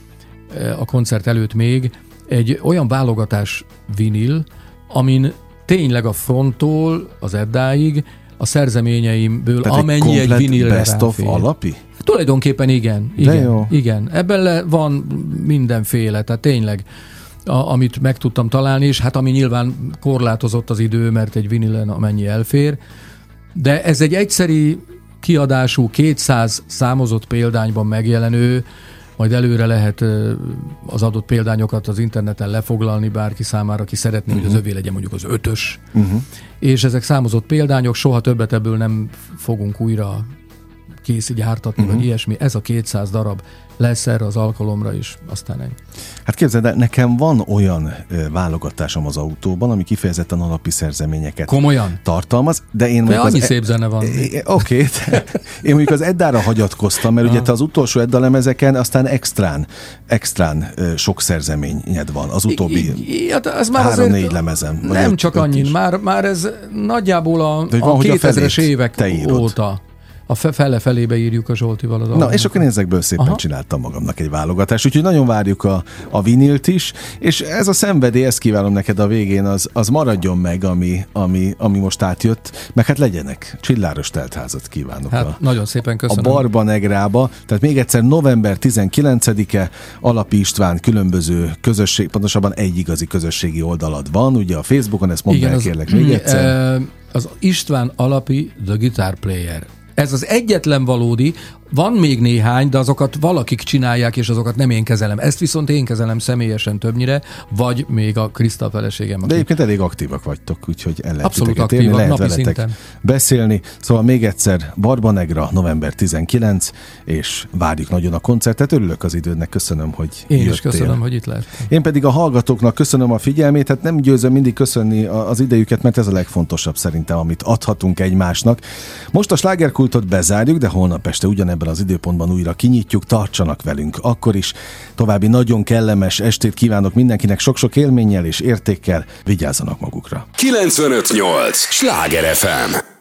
a koncert előtt még, egy olyan válogatás vinil, amin tényleg a fronttól az Eddáig a szerzeményeimből, tehát amennyi egy, egy vinilre best of ráfér. alapi? Tulajdonképpen igen. Igen, igen. Ebben le van mindenféle, tehát tényleg a, amit meg tudtam találni, és hát ami nyilván korlátozott az idő, mert egy vinilen amennyi elfér, de ez egy egyszeri kiadású, kétszáz számozott példányban megjelenő, majd előre lehet az adott példányokat az interneten lefoglalni bárki számára, aki szeretné, uh-huh. hogy az övé legyen mondjuk az ötös. Uh-huh. És ezek számozott példányok, soha többet ebből nem fogunk újra kész gyártatni, uh-huh. vagy ilyesmi. Ez a kétszáz darab lesz erre az alkalomra is, aztán ennyi. Hát képzeld el, nekem van olyan ö, válogatásom az autóban, ami kifejezetten alapi szerzeményeket Komolyan? tartalmaz, de én... De annyi az szép zene van. Oké, okay, én mondjuk az Eddára hagyatkoztam, mert ugye te az utolsó Edda lemezeken aztán extrán, extrán ö, sok szerzeményed van, az utóbbi három-négy lemezem. Nem csak annyi, már, már ez nagyjából a, van, a kétezres évek óta. A fe- fele-felébe írjuk a Zsoltival az Na, és akkor én ezekből szépen Aha. csináltam magamnak egy válogatást, úgyhogy nagyon várjuk a, a vinilt is, és ez a szenvedély, ezt kívánom neked a végén, az, az maradjon meg, ami, ami, ami most átjött, meg hát legyenek. Csilláros teltházat kívánok. Hát a, nagyon szépen köszönöm. A Barbanegrába, tehát még egyszer november tizenkilencedike, Alapi István különböző közösség, pontosabban egy igazi közösségi oldalad van, ugye a Facebookon, ezt mondd el kérlek még egyszer. Az István Alapi The Guitar Player. Ez az egyetlen valódi, van még néhány, de azokat valakik csinálják, és azokat nem én kezelem. Ezt viszont én kezelem személyesen többnyire, vagy még a Kriszta feleségem. De egyébként elég aktívak vagytok, úgyhogy el lehet Abszolút aktívak, lehet napi veletek szinten beszélni. Szóval még egyszer Barbanegra, november tizenkilenc, és várjuk nagyon a koncertet. Örülök az idődnek, köszönöm, hogy Én jöttél. is köszönöm, hogy itt lehettem. Én pedig a hallgatóknak köszönöm a figyelmét, hát nem győzöm mindig köszönni az idejüket, mert ez a legfontosabb szerintem, amit adhatunk egymásnak. Most a slágerkultot bezárjuk, de holnap este ugyanebben az időpontban újra kinyitjuk, tartsanak velünk akkor is. További nagyon kellemes estét kívánok mindenkinek, sok-sok élménnyel és értékkel, vigyázzanak magukra. kilencvenöt nyolc Sláger ef em